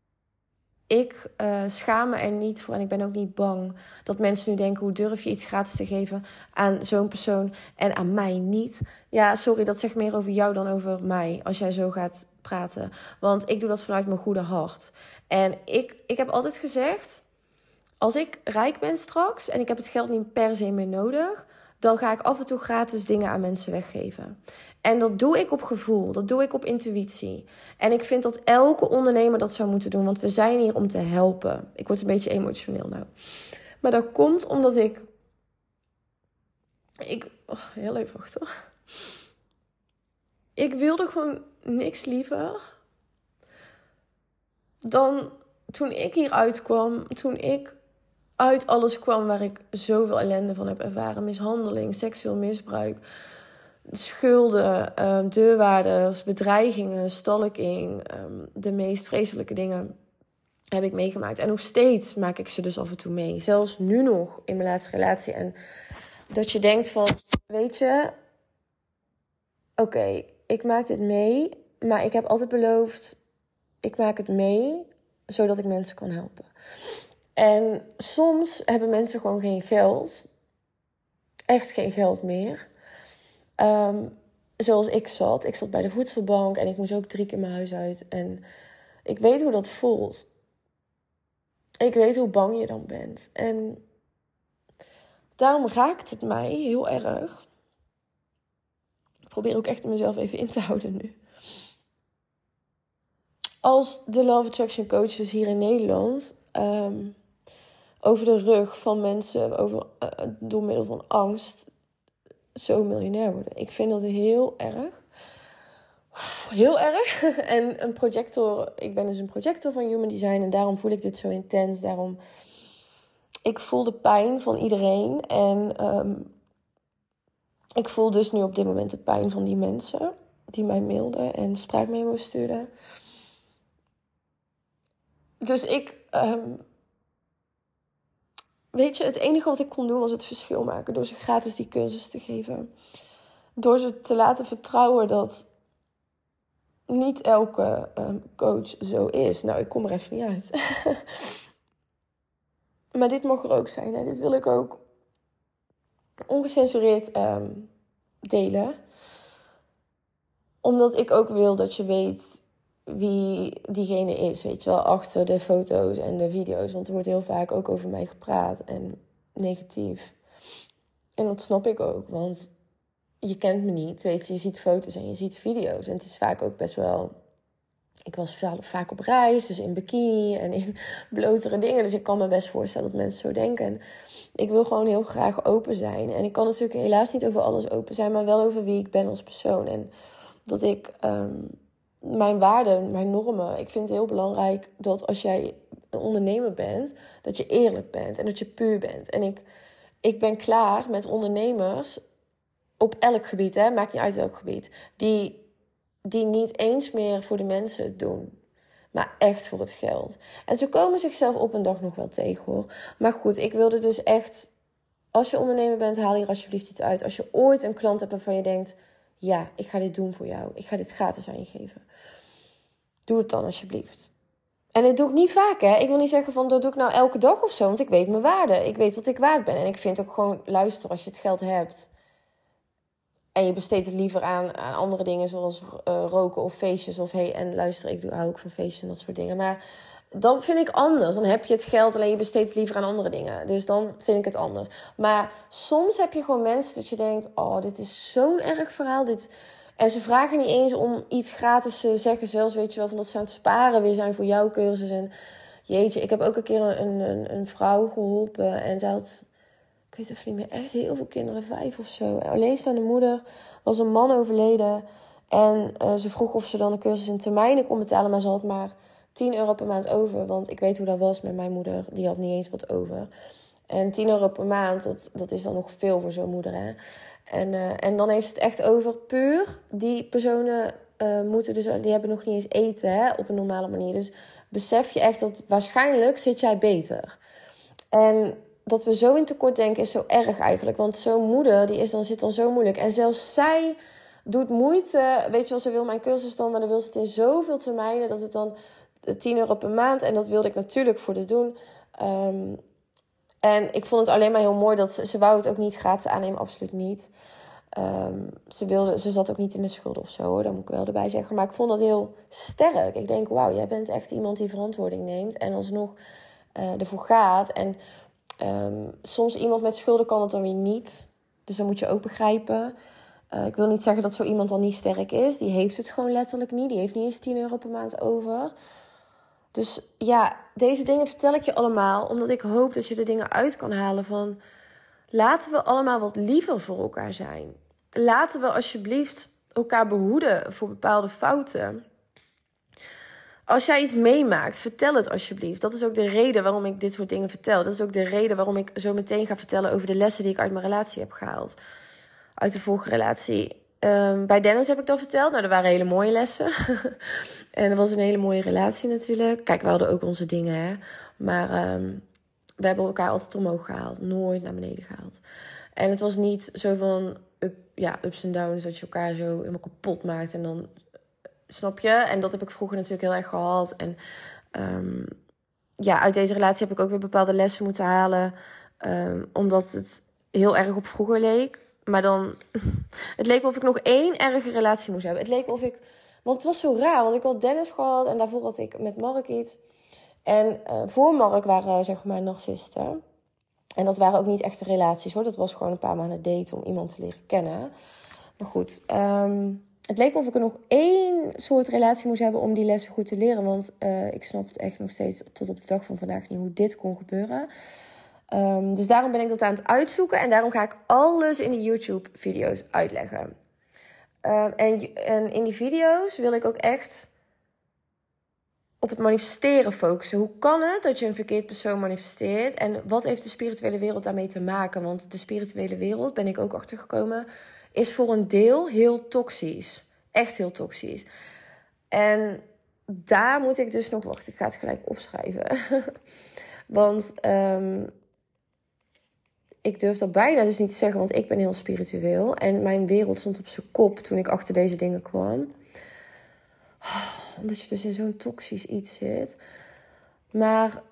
ik uh, schaam me er niet voor en ik ben ook niet bang dat mensen nu denken, hoe durf je iets gratis te geven aan zo'n persoon en aan mij niet? Ja, sorry, dat zegt meer over jou dan over mij als jij zo gaat praten. Want ik doe dat vanuit mijn goede hart. En ik, ik heb altijd gezegd, als ik rijk ben straks en ik heb het geld niet per se meer nodig, dan ga ik af en toe gratis dingen aan mensen weggeven. En dat doe ik op gevoel, dat doe ik op intuïtie. En ik vind dat elke ondernemer dat zou moeten doen, want we zijn hier om te helpen. Ik word een beetje emotioneel nou. Maar dat komt omdat ik... ik oh, heel even wachten. Ik wilde gewoon niks liever dan toen ik hier uitkwam, toen ik uit alles kwam waar ik zoveel ellende van heb ervaren. Mishandeling, seksueel misbruik, schulden, um, deurwaarders, bedreigingen, stalking. Um, de meest vreselijke dingen heb ik meegemaakt. En nog steeds maak ik ze dus af en toe mee. Zelfs nu nog in mijn laatste relatie. En dat je denkt van, weet je, oké, okay, ik maak dit mee, maar ik heb altijd beloofd, ik maak het mee, zodat ik mensen kan helpen. En soms hebben mensen gewoon geen geld. Echt geen geld meer. Um, zoals ik zat. Ik zat bij de voedselbank en ik moest ook drie keer mijn huis uit. En ik weet hoe dat voelt. Ik weet hoe bang je dan bent. En daarom raakt het mij heel erg. Ik probeer ook echt mezelf even in te houden nu. Als de Love Attraction coaches hier in Nederland Um, over de rug van mensen, over, uh, door middel van angst, zo miljonair worden. Ik vind dat heel erg. Heel erg. En een projector, ik ben dus een projector van Human Design en daarom voel ik dit zo intens. Daarom, ik voel de pijn van iedereen. En um, ik voel dus nu op dit moment de pijn van die mensen die mij mailden en spraakmemo's stuurden. Dus ik... Um, Weet je, het enige wat ik kon doen was het verschil maken. Door ze gratis die cursus te geven. Door ze te laten vertrouwen dat niet elke um, coach zo is. Nou, ik kom er even niet uit. Maar dit mag er ook zijn. Hè? Dit wil ik ook ongecensureerd um, delen. Omdat ik ook wil dat je weet wie diegene is, weet je wel, achter de foto's en de video's. Want er wordt heel vaak ook over mij gepraat en negatief. En dat snap ik ook, want je kent me niet, weet je. Je ziet foto's en je ziet video's. En het is vaak ook best wel... Ik was vaak op reis, dus in bikini en in blotere dingen. Dus ik kan me best voorstellen dat mensen zo denken. En ik wil gewoon heel graag open zijn. En ik kan natuurlijk helaas niet over alles open zijn, maar wel over wie ik ben als persoon. En dat ik... Um, Mijn waarden, mijn normen. Ik vind het heel belangrijk dat als jij een ondernemer bent, dat je eerlijk bent en dat je puur bent. En ik, ik ben klaar met ondernemers op elk gebied, hè, maakt niet uit welk gebied, die, die niet eens meer voor de mensen het doen, maar echt voor het geld. En ze komen zichzelf op een dag nog wel tegen, hoor. Maar goed, ik wilde dus echt, als je ondernemer bent, haal hier alsjeblieft iets uit. Als je ooit een klant hebt waarvan je denkt, ja, ik ga dit doen voor jou. Ik ga dit gratis aan je geven. Doe het dan alsjeblieft. En dat doe ik niet vaak, hè. Ik wil niet zeggen van, dat doe ik nou elke dag of zo. Want ik weet mijn waarde. Ik weet wat ik waard ben. En ik vind ook gewoon, luister, als je het geld hebt en je besteedt het liever aan, aan andere dingen zoals uh, roken of feestjes. Of hey, en luister, ik doe, hou ook van feestjes en dat soort dingen. Maar dan vind ik anders. Dan heb je het geld, alleen je besteedt het liever aan andere dingen. Dus dan vind ik het anders. Maar soms heb je gewoon mensen dat je denkt, oh, dit is zo'n erg verhaal. Dit... En ze vragen niet eens om iets gratis te zeggen. Zelfs, weet je wel, van dat ze aan het sparen weer zijn voor jouw cursus. En jeetje, ik heb ook een keer een, een, een vrouw geholpen. En ze had, ik weet even niet meer, echt heel veel kinderen. Vijf of zo. Alleenstaande moeder, was een man overleden. En uh, ze vroeg of ze dan een cursus in termijnen kon betalen. Maar ze had maar tien euro per maand over. Want ik weet hoe dat was met mijn moeder. Die had niet eens wat over. En tien euro per maand, dat, dat is dan nog veel voor zo'n moeder, hè. En, uh, en dan heeft het echt over puur. Die personen uh, moeten dus, die hebben nog niet eens eten, hè, op een normale manier. Dus besef je echt dat waarschijnlijk zit jij beter. En dat we zo in tekort denken is zo erg eigenlijk. Want zo'n moeder, die is dan, zit dan zo moeilijk. En zelfs zij doet moeite. Weet je wel, ze wil mijn cursus dan, maar dan wil ze het in zoveel termijnen. Dat het dan tien euro per maand. En dat wilde ik natuurlijk voor de doen. Um, En ik vond het alleen maar heel mooi dat ze... Ze wou het ook niet gratis aannemen, absoluut niet. Um, ze, wilde, ze zat ook niet in de schuld of zo, hoor. Dat moet ik wel erbij zeggen. Maar ik vond dat heel sterk. Ik denk, wauw, jij bent echt iemand die verantwoording neemt. En alsnog uh, ervoor gaat. En um, soms iemand met schulden kan het dan weer niet. Dus dat moet je ook begrijpen. Uh, ik wil niet zeggen dat zo iemand dan niet sterk is. Die heeft het gewoon letterlijk niet. Die heeft niet eens tien euro per maand over. Dus ja, deze dingen vertel ik je allemaal. Omdat ik hoop dat je er dingen uit kan halen van... Laten we allemaal wat liever voor elkaar zijn. Laten we alsjeblieft elkaar behoeden voor bepaalde fouten. Als jij iets meemaakt, vertel het alsjeblieft. Dat is ook de reden waarom ik dit soort dingen vertel. Dat is ook de reden waarom ik zo meteen ga vertellen over de lessen die ik uit mijn relatie heb gehaald. Uit de vorige relatie. Um, bij Dennis heb ik dat verteld. Nou, dat waren hele mooie lessen. En dat was een hele mooie relatie natuurlijk. Kijk, we hadden ook onze dingen, hè. Maar um, we hebben elkaar altijd omhoog gehaald. Nooit naar beneden gehaald. En het was niet zo van up, ja, ups en downs, dat je elkaar zo helemaal kapot maakt. En dan, snap je? En dat heb ik vroeger natuurlijk heel erg gehad. En um, ja, uit deze relatie heb ik ook weer bepaalde lessen moeten halen. Um, omdat het heel erg op vroeger leek. Maar dan, het leek wel of ik nog één erge relatie moest hebben. Het leek wel of ik, want het was zo raar. Want ik had Dennis gehad en daarvoor had ik met Mark iets. En uh, voor Mark waren zeg maar narcisten. En dat waren ook niet echte relaties hoor. Dat was gewoon een paar maanden daten om iemand te leren kennen. Maar goed, um, het leek wel of ik er nog één soort relatie moest hebben om die lessen goed te leren. Want uh, ik snap het echt nog steeds tot op de dag van vandaag niet hoe dit kon gebeuren. Um, dus daarom ben ik dat aan het uitzoeken. En daarom ga ik alles in die YouTube-video's uitleggen. Um, en, en in die video's wil ik ook echt op het manifesteren focussen. Hoe kan het dat je een verkeerd persoon manifesteert? En wat heeft de spirituele wereld daarmee te maken? Want de spirituele wereld, ben ik ook achtergekomen, is voor een deel heel toxisch. Echt heel toxisch. En daar moet ik dus nog... Wacht, ik ga het gelijk opschrijven. Want um, ik durf dat bijna dus niet te zeggen, want ik ben heel spiritueel. En mijn wereld stond op zijn kop toen ik achter deze dingen kwam. Oh, omdat je dus in zo'n toxisch iets zit. Maar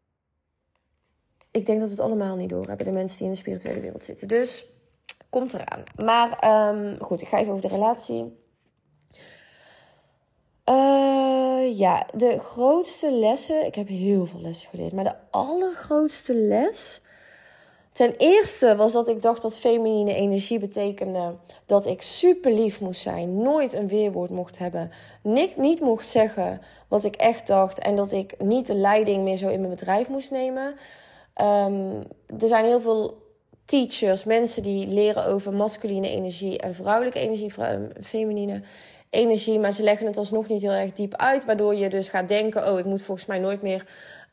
ik denk dat we het allemaal niet door hebben, de mensen die in de spirituele wereld zitten. Dus komt eraan. Maar um, goed, ik ga even over de relatie. Uh, ja, de grootste lessen... Ik heb heel veel lessen geleerd. Maar de allergrootste les... Ten eerste was dat ik dacht dat feminine energie betekende dat ik super lief moest zijn. Nooit een weerwoord mocht hebben. Niet, niet mocht zeggen wat ik echt dacht. En dat ik niet de leiding meer zo in mijn bedrijf moest nemen. Um, er zijn heel veel teachers, mensen die leren over masculine energie en vrouwelijke energie, vrouw, feminine energie. Maar ze leggen het alsnog niet heel erg diep uit. Waardoor je dus gaat denken, oh, ik moet volgens mij nooit meer...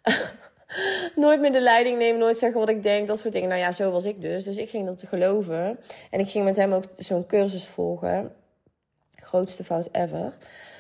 nooit meer de leiding nemen, nooit zeggen wat ik denk, dat soort dingen. Nou ja, zo was ik dus. Dus ik ging dat te geloven. En ik ging met hem ook zo'n cursus volgen. Grootste fout ever.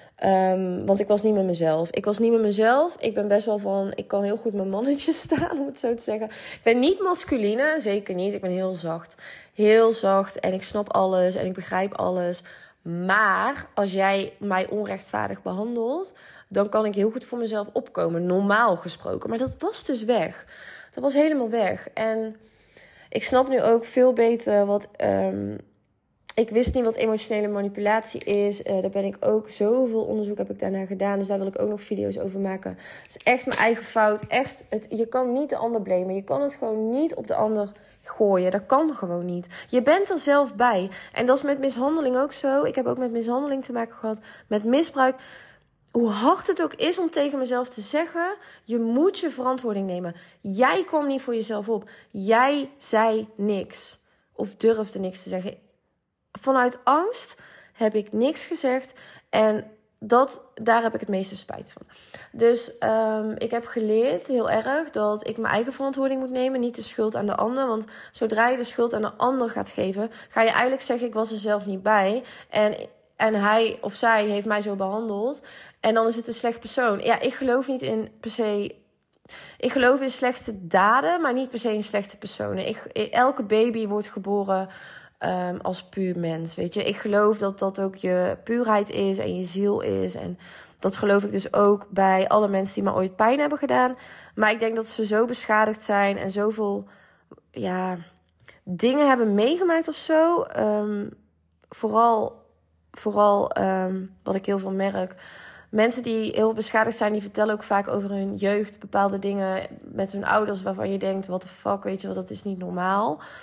Um, want ik was niet met mezelf. Ik was niet met mezelf. Ik ben best wel van... Ik kan heel goed mijn mannetje staan, om het zo te zeggen. Ik ben niet masculine, zeker niet. Ik ben heel zacht. Heel zacht. En ik snap alles. En ik begrijp alles. Maar als jij mij onrechtvaardig behandelt, dan kan ik heel goed voor mezelf opkomen. Normaal gesproken. Maar dat was dus weg. Dat was helemaal weg. En ik snap nu ook veel beter wat... Um, ik wist niet wat emotionele manipulatie is. Uh, daar ben ik ook... Zoveel onderzoek heb ik daarna gedaan. Dus daar wil ik ook nog video's over maken. Het is echt mijn eigen fout. Echt, het, je kan niet de ander blamen. Je kan het gewoon niet op de ander gooien. Dat kan gewoon niet. Je bent er zelf bij. En dat is met mishandeling ook zo. Ik heb ook met mishandeling te maken gehad. Met misbruik. Hoe hard het ook is om tegen mezelf te zeggen, je moet je verantwoording nemen. Jij kwam niet voor jezelf op. Jij zei niks. Of durfde niks te zeggen. Vanuit angst heb ik niks gezegd. En dat, daar heb ik het meeste spijt van. Dus um, ik heb geleerd heel erg dat ik mijn eigen verantwoording moet nemen. Niet de schuld aan de ander. Want zodra je de schuld aan de ander gaat geven, ga je eigenlijk zeggen, ik was er zelf niet bij. En... En hij of zij heeft mij zo behandeld. En dan is het een slecht persoon. Ja, ik geloof niet in per se... Ik geloof in slechte daden, maar niet per se in slechte personen. Ik, elke baby wordt geboren um, als puur mens, weet je. Ik geloof dat dat ook je puurheid is en je ziel is. En dat geloof ik dus ook bij alle mensen die me ooit pijn hebben gedaan. Maar ik denk dat ze zo beschadigd zijn en zoveel ja, dingen hebben meegemaakt of zo. Um, vooral... Vooral, um, wat ik heel veel merk, mensen die heel beschadigd zijn, die vertellen ook vaak over hun jeugd, bepaalde dingen met hun ouders waarvan je denkt, what the fuck, weet je wel, dat is niet normaal.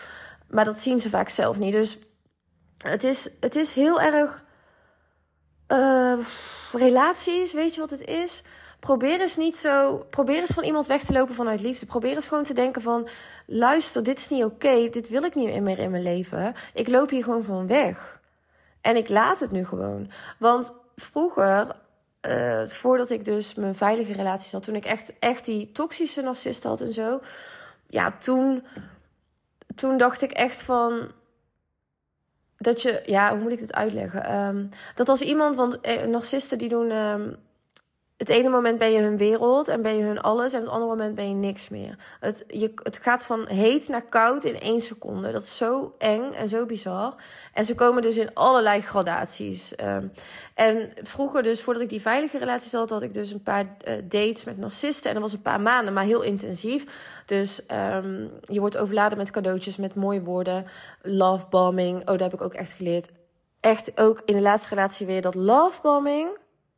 Maar dat zien ze vaak zelf niet. Dus het is, het is heel erg... Uh, relaties, weet je wat het is? Probeer eens niet zo... Probeer eens van iemand weg te lopen vanuit liefde. Probeer eens gewoon te denken van... Luister, dit is niet oké. Okay, dit wil ik niet meer in mijn leven. Ik loop hier gewoon van weg. En ik laat het nu gewoon. Want vroeger... Uh, voordat ik dus mijn veilige relaties had... Toen ik echt, echt die toxische narcist had en zo... Ja, toen... Toen dacht ik echt van... Dat je, ja, hoe moet ik dit uitleggen? Um, dat als iemand, want eh, narcisten die doen... Um, het ene moment ben je hun wereld en ben je hun alles... en het andere moment ben je niks meer. Het, je, het gaat van heet naar koud in één seconde. Dat is zo eng en zo bizar. En ze komen dus in allerlei gradaties. Um, en vroeger dus, voordat ik die veilige relaties had... had ik dus een paar uh, dates met narcisten. En dat was een paar maanden, maar heel intensief. Dus um, je wordt overladen met cadeautjes, met mooie woorden. Lovebombing, oh, dat heb ik ook echt geleerd. Echt ook in de laatste relatie weer dat lovebombing...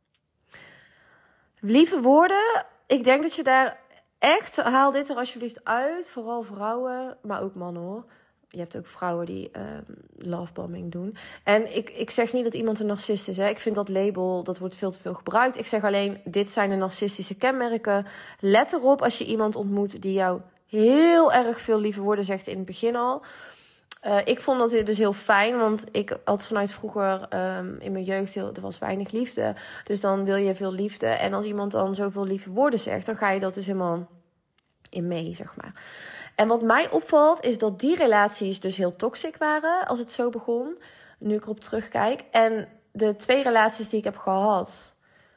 Lieve woorden, ik denk dat je daar echt... Haal dit er alsjeblieft uit. Vooral vrouwen, maar ook mannen hoor. Je hebt ook vrouwen die um, lovebombing doen. En ik, ik zeg niet dat iemand een narcist is. Hè. Ik vind dat label, dat wordt veel te veel gebruikt. Ik zeg alleen, dit zijn de narcistische kenmerken. Let erop als je iemand ontmoet die jou heel erg veel lieve woorden zegt in het begin al... Uh, ik vond dat dus heel fijn, want ik had vanuit vroeger um, in mijn jeugd, heel, er was weinig liefde. Dus dan wil je veel liefde. En als iemand dan zoveel lieve woorden zegt, dan ga je dat dus helemaal in mee, zeg maar. En wat mij opvalt, is dat die relaties dus heel toxic waren, als het zo begon. Nu ik erop terugkijk. En de twee relaties die ik heb gehad,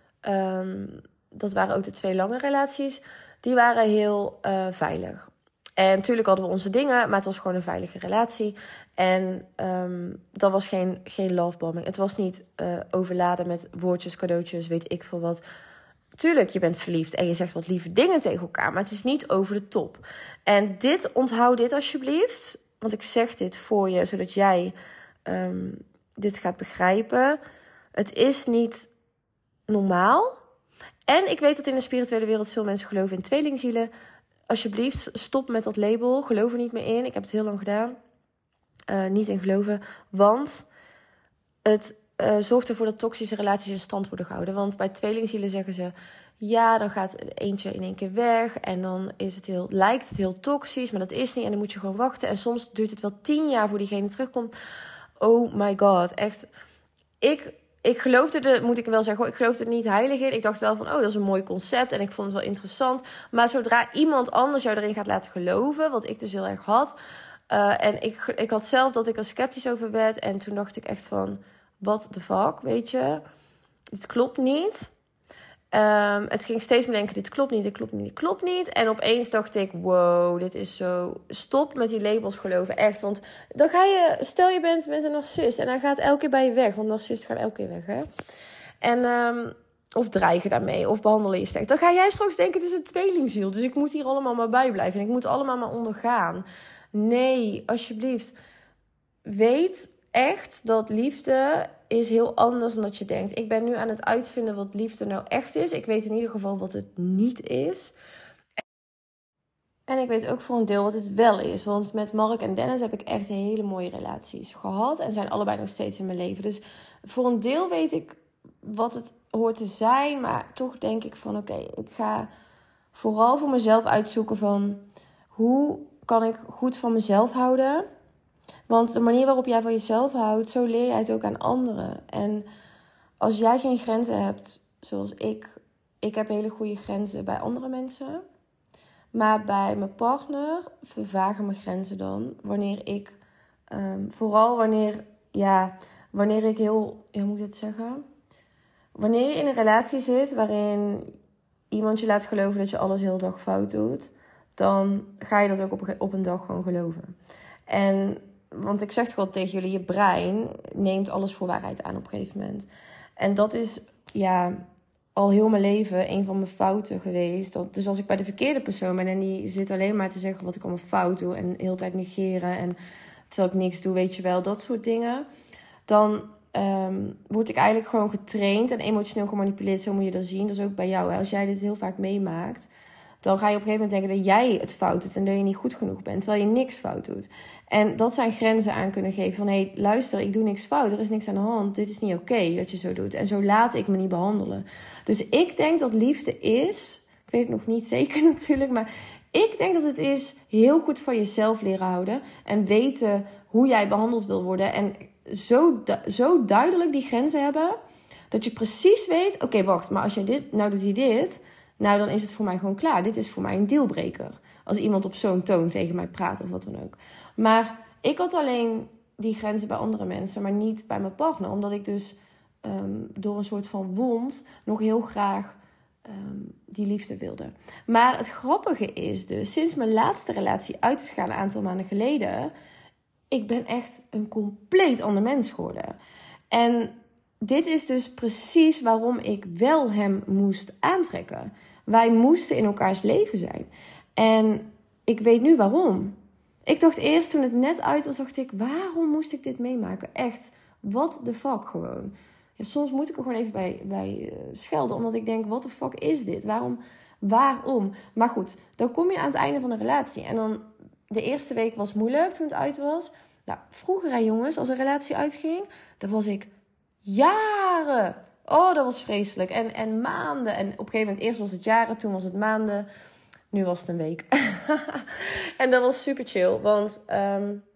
um, dat waren ook de twee lange relaties, die waren heel uh, veilig. En natuurlijk hadden we onze dingen, maar het was gewoon een veilige relatie. En um, dat was geen, geen lovebombing. Het was niet uh, overladen met woordjes, cadeautjes, weet ik veel wat. Tuurlijk, je bent verliefd en je zegt wat lieve dingen tegen elkaar, maar het is niet over de top. En dit, onthoud dit alsjeblieft, want ik zeg dit voor je, zodat jij um, dit gaat begrijpen. Het is niet normaal. En ik weet dat in de spirituele wereld veel mensen geloven in tweelingzielen. Alsjeblieft, stop met dat label. Geloof er niet meer in. Ik heb het heel lang gedaan. Uh, niet in geloven. Want het uh, zorgt ervoor dat toxische relaties in stand worden gehouden. Want bij tweelingzielen zeggen ze... Ja, dan gaat eentje in één keer weg. En dan is het heel, lijkt het heel toxisch. Maar dat is niet. En dan moet je gewoon wachten. En soms duurt het wel tien jaar voor diegene terugkomt. Oh my god. Echt. Ik... Ik geloofde er, moet ik wel zeggen, ik geloofde er niet heilig in. Ik dacht wel van, oh, dat is een mooi concept en ik vond het wel interessant. Maar zodra iemand anders jou erin gaat laten geloven, wat ik dus heel erg had. Uh, en ik, ik had zelf dat ik er sceptisch over werd. En toen dacht ik echt van, what the fuck, weet je. Het klopt niet. Um, het ging steeds meer denken, dit klopt niet, dit klopt niet, dit klopt niet. En opeens dacht ik, wow, dit is zo... Stop met die labels geloven, echt. Want dan ga je... Stel je bent met een narcist en hij gaat elke keer bij je weg. Want narcisten gaan elke keer weg, hè. En... Um, of dreigen daarmee, of behandelen je slecht. Dan ga jij straks denken, het is een tweelingziel. Dus ik moet hier allemaal maar bij blijven. En ik moet allemaal maar ondergaan. Nee, alsjeblieft. Weet echt dat liefde is heel anders dan dat je denkt. Ik ben nu aan het uitvinden wat liefde nou echt is. Ik weet in ieder geval wat het niet is. En ik weet ook voor een deel wat het wel is. Want met Mark en Dennis heb ik echt hele mooie relaties gehad. En zijn allebei nog steeds in mijn leven. Dus voor een deel weet ik wat het hoort te zijn. Maar toch denk ik van oké, okay, ik ga vooral voor mezelf uitzoeken van... Hoe kan ik goed van mezelf houden? Want de manier waarop jij van jezelf houdt, zo leer jij het ook aan anderen. En als jij geen grenzen hebt, zoals ik... Ik heb hele goede grenzen bij andere mensen. Maar bij mijn partner vervagen mijn grenzen dan. Wanneer ik... Um, vooral wanneer... Ja, wanneer ik heel... Hoe moet ik dit zeggen? Wanneer je in een relatie zit waarin iemand je laat geloven dat je alles heel dag fout doet, dan ga je dat ook op, op een dag gewoon geloven. En... Want ik zeg toch wel tegen jullie, je brein neemt alles voor waarheid aan op een gegeven moment. En dat is ja al heel mijn leven een van mijn fouten geweest. Dat, dus als ik bij de verkeerde persoon ben en die zit alleen maar te zeggen wat ik allemaal fout doe en de hele tijd negeren en terwijl ik niks doe, weet je wel, dat soort dingen. Dan um, word ik eigenlijk gewoon getraind en emotioneel gemanipuleerd, zo moet je dat zien. Dat is ook bij jou. Hè? Als jij dit heel vaak meemaakt, dan ga je op een gegeven moment denken dat jij het fout doet en dat je niet goed genoeg bent, terwijl je niks fout doet. En dat zijn grenzen aan kunnen geven van, hé, hey, luister, ik doe niks fout, er is niks aan de hand, dit is niet oké okay dat je zo doet. En zo laat ik me niet behandelen. Dus ik denk dat liefde is, ik weet het nog niet zeker natuurlijk, maar ik denk dat het is heel goed van jezelf leren houden en weten hoe jij behandeld wil worden. En zo, zo duidelijk die grenzen hebben, dat je precies weet, oké, okay, wacht, maar als jij dit, nou doet hij dit, nou dan is het voor mij gewoon klaar. Dit is voor mij een dealbreaker. Als iemand op zo'n toon tegen mij praat of wat dan ook. Maar ik had alleen die grenzen bij andere mensen, maar niet bij mijn partner. Omdat ik dus um, door een soort van wond nog heel graag um, die liefde wilde. Maar het grappige is dus, sinds mijn laatste relatie uit is gegaan een aantal maanden geleden, ik ben echt een compleet ander mens geworden. En dit is dus precies waarom ik wel hem moest aantrekken. Wij moesten in elkaars leven zijn. En ik weet nu waarom. Ik dacht eerst toen het net uit was, dacht ik, waarom moest ik dit meemaken? Echt, what the fuck gewoon. Ja, soms moet ik er gewoon even bij, bij uh, schelden, omdat ik denk, what the fuck is dit? Waarom? Waarom? Maar goed, dan kom je aan het einde van de relatie. En dan, de eerste week was moeilijk toen het uit was. Nou, vroeger hè jongens, als een relatie uitging, dan was ik jaren. Oh, dat was vreselijk. En, en maanden. En op een gegeven moment, eerst was het jaren, toen was het maanden. Nu was het een week. En dat was super chill. Want um,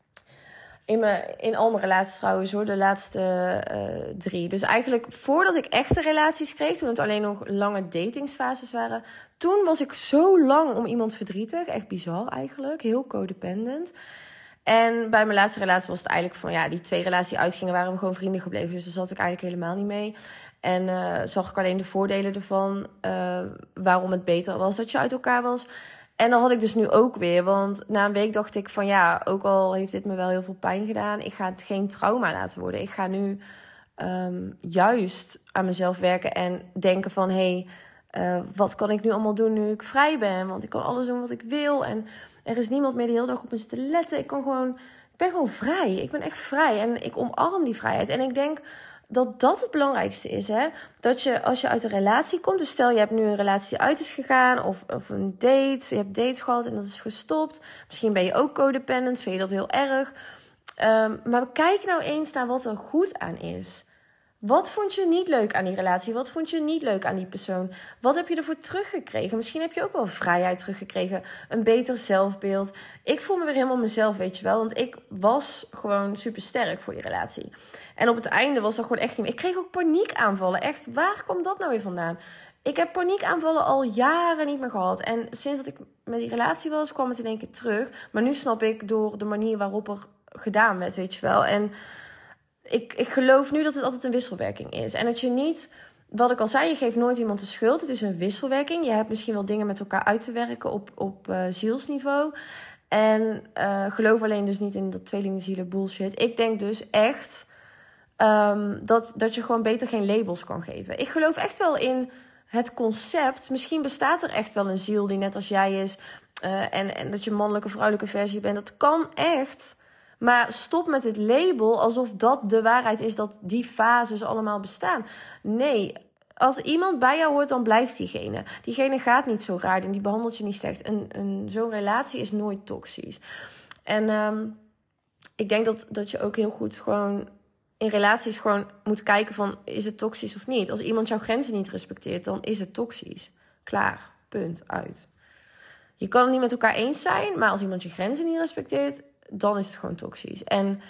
in, mijn, in al mijn relaties trouwens hoor, de laatste uh, drie. Dus eigenlijk voordat ik echte relaties kreeg, toen het alleen nog lange datingsfases waren, toen was ik zo lang om iemand verdrietig. Echt bizar eigenlijk. Heel codependent. En bij mijn laatste relatie was het eigenlijk van, ja, die twee relaties uitgingen, waren we gewoon vrienden gebleven. Dus daar zat ik eigenlijk helemaal niet mee. En uh, zag ik alleen de voordelen ervan, uh, waarom het beter was dat je uit elkaar was. En dat had ik dus nu ook weer, want na een week dacht ik van, ja, ook al heeft dit me wel heel veel pijn gedaan, ik ga het geen trauma laten worden. Ik ga nu um, juist aan mezelf werken en denken van, hé, hey, uh, wat kan ik nu allemaal doen nu ik vrij ben? Want ik kan alles doen wat ik wil en er is niemand meer die de hele dag op me zit te letten. Ik kan gewoon, ik ben gewoon vrij. Ik ben echt vrij en ik omarm die vrijheid. En ik denk dat dat het belangrijkste is. Hè? Dat je, als je uit een relatie komt, dus stel je hebt nu een relatie die uit is gegaan, of, of een date, je hebt dates gehad en dat is gestopt. Misschien ben je ook codependent, vind je dat heel erg. Um, maar kijk nou eens naar wat er goed aan is. Wat vond je niet leuk aan die relatie? Wat vond je niet leuk aan die persoon? Wat heb je ervoor teruggekregen? Misschien heb je ook wel vrijheid teruggekregen. Een beter zelfbeeld. Ik voel me weer helemaal mezelf, weet je wel. Want ik was gewoon super sterk voor die relatie. En op het einde was dat gewoon echt niet meer. Ik kreeg ook paniekaanvallen. Echt, waar komt dat nou weer vandaan? Ik heb paniekaanvallen al jaren niet meer gehad. En sinds dat ik met die relatie was, kwam het in één keer terug. Maar nu snap ik door de manier waarop er gedaan werd, weet je wel. En Ik, ik geloof nu dat het altijd een wisselwerking is. En dat je niet, wat ik al zei, je geeft nooit iemand de schuld. Het is een wisselwerking. Je hebt misschien wel dingen met elkaar uit te werken op, op uh, zielsniveau. En uh, geloof alleen dus niet in dat tweelingzielen bullshit. Ik denk dus echt um, dat, dat je gewoon beter geen labels kan geven. Ik geloof echt wel in het concept. Misschien bestaat er echt wel een ziel die net als jij is. Uh, en, en dat je mannelijke, vrouwelijke versie bent. Dat kan echt. Maar stop met het label alsof dat de waarheid is, dat die fases allemaal bestaan. Nee, als iemand bij jou hoort, dan blijft diegene. Diegene gaat niet zo raar doen, die behandelt je niet slecht. Een, een, zo'n relatie is nooit toxisch. En um, ik denk dat, dat je ook heel goed gewoon in relaties gewoon moet kijken van, is het toxisch of niet? Als iemand jouw grenzen niet respecteert, dan is het toxisch. Klaar, punt, uit. Je kan het niet met elkaar eens zijn, maar als iemand je grenzen niet respecteert, dan is het gewoon toxisch. En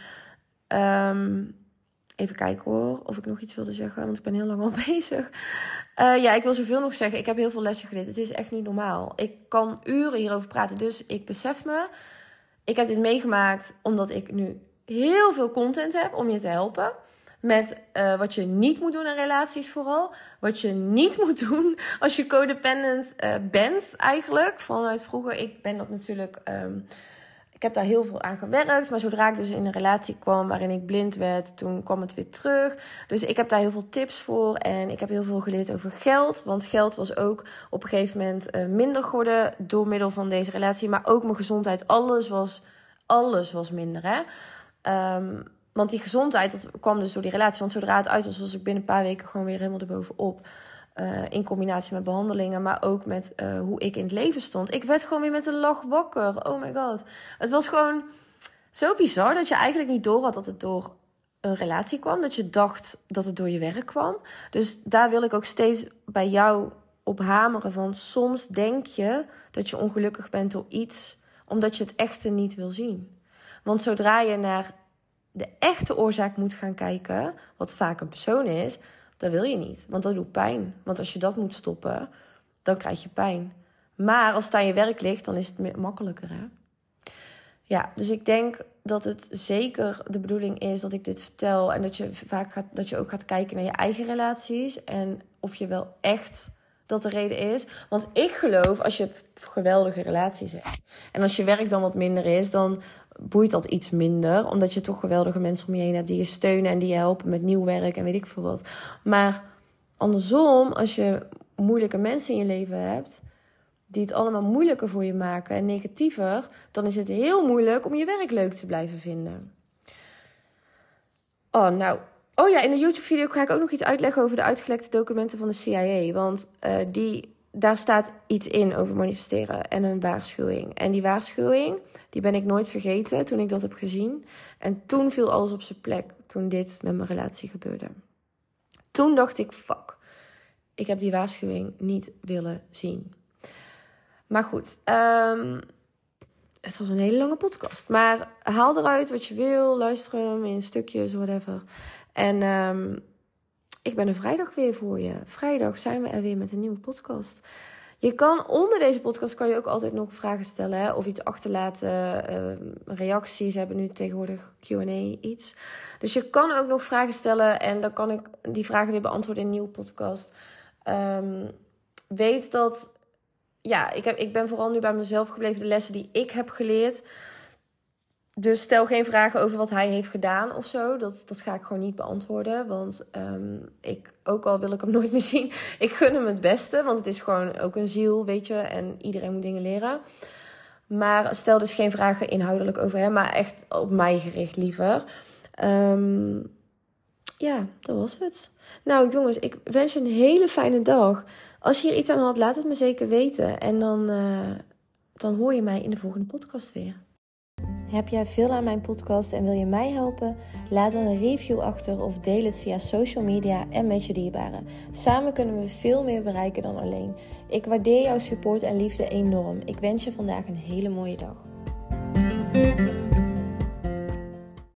um, even kijken hoor, of ik nog iets wilde zeggen, want ik ben heel lang al bezig. Uh, ja, ik wil zoveel nog zeggen. Ik heb heel veel lessen geleerd. Het is echt niet normaal. Ik kan uren hierover praten, dus ik besef me, ik heb dit meegemaakt omdat ik nu heel veel content heb om je te helpen. Met uh, wat je niet moet doen in relaties vooral. Wat je niet moet doen als je codependent uh, bent eigenlijk. Vanuit vroeger, ik ben dat natuurlijk... Um, ik heb daar heel veel aan gewerkt. Maar zodra ik dus in een relatie kwam waarin ik blind werd, toen kwam het weer terug. Dus ik heb daar heel veel tips voor. En ik heb heel veel geleerd over geld. Want geld was ook op een gegeven moment uh, minder geworden door middel van deze relatie. Maar ook mijn gezondheid. Alles was, alles was minder, hè. Um, Want die gezondheid, dat kwam dus door die relatie. Want zodra het uit was, was ik binnen een paar weken gewoon weer helemaal erbovenop. Uh, in combinatie met behandelingen, maar ook met uh, hoe ik in het leven stond. Ik werd gewoon weer met een lach wakker. Oh my god. Het was gewoon zo bizar dat je eigenlijk niet door had dat het door een relatie kwam. Dat je dacht dat het door je werk kwam. Dus daar wil ik ook steeds bij jou op hameren van soms denk je dat je ongelukkig bent door iets omdat je het echte niet wil zien. Want zodra je naar de echte oorzaak moet gaan kijken, wat vaak een persoon is, dat wil je niet, want dat doet pijn. Want als je dat moet stoppen, dan krijg je pijn. Maar als het aan je werk ligt, dan is het makkelijker, hè? Ja, dus ik denk dat het zeker de bedoeling is dat ik dit vertel en dat je vaak gaat, dat je ook gaat kijken naar je eigen relaties en of je wel echt dat de reden is. Want ik geloof, als je geweldige relaties hebt en als je werk dan wat minder is, dan boeit dat iets minder. Omdat je toch geweldige mensen om je heen hebt die je steunen en die je helpen met nieuw werk en weet ik veel wat. Maar andersom, als je moeilijke mensen in je leven hebt die het allemaal moeilijker voor je maken en negatiever, dan is het heel moeilijk om je werk leuk te blijven vinden. Oh, nou. Oh ja, in de YouTube-video ga ik ook nog iets uitleggen over de uitgelekte documenten van de C I A. Want uh, die, daar staat iets in over manifesteren en een waarschuwing. En die waarschuwing, die ben ik nooit vergeten toen ik dat heb gezien. En toen viel alles op zijn plek, toen dit met mijn relatie gebeurde. Toen dacht ik, fuck, ik heb die waarschuwing niet willen zien. Maar goed, um, het was een hele lange podcast. Maar haal eruit wat je wil, luister hem in stukjes, whatever. En um, ik ben er vrijdag weer voor je. Vrijdag zijn we er weer met een nieuwe podcast. Je kan onder deze podcast kan je ook altijd nog vragen stellen. Hè? Of iets achterlaten, uh, reacties. Ze hebben nu tegenwoordig Q en A iets. Dus je kan ook nog vragen stellen. En dan kan ik die vragen weer beantwoorden in een nieuwe podcast. Um, weet dat... Ja, ik, heb, ik ben vooral nu bij mezelf gebleven. De lessen die ik heb geleerd. Dus stel geen vragen over wat hij heeft gedaan of zo. Dat, dat ga ik gewoon niet beantwoorden. Want um, ik, ook al wil ik hem nooit meer zien, ik gun hem het beste. Want het is gewoon ook een ziel, weet je. En iedereen moet dingen leren. Maar stel dus geen vragen inhoudelijk over hem. Maar echt op mij gericht liever. Um, ja, dat was het. Nou jongens, ik wens je een hele fijne dag. Als je hier iets aan had, laat het me zeker weten. En dan, uh, dan hoor je mij in de volgende podcast weer. Heb jij veel aan mijn podcast en wil je mij helpen? Laat dan een review achter of deel het via social media en met je dierbaren. Samen kunnen we veel meer bereiken dan alleen. Ik waardeer jouw support en liefde enorm. Ik wens je vandaag een hele mooie dag.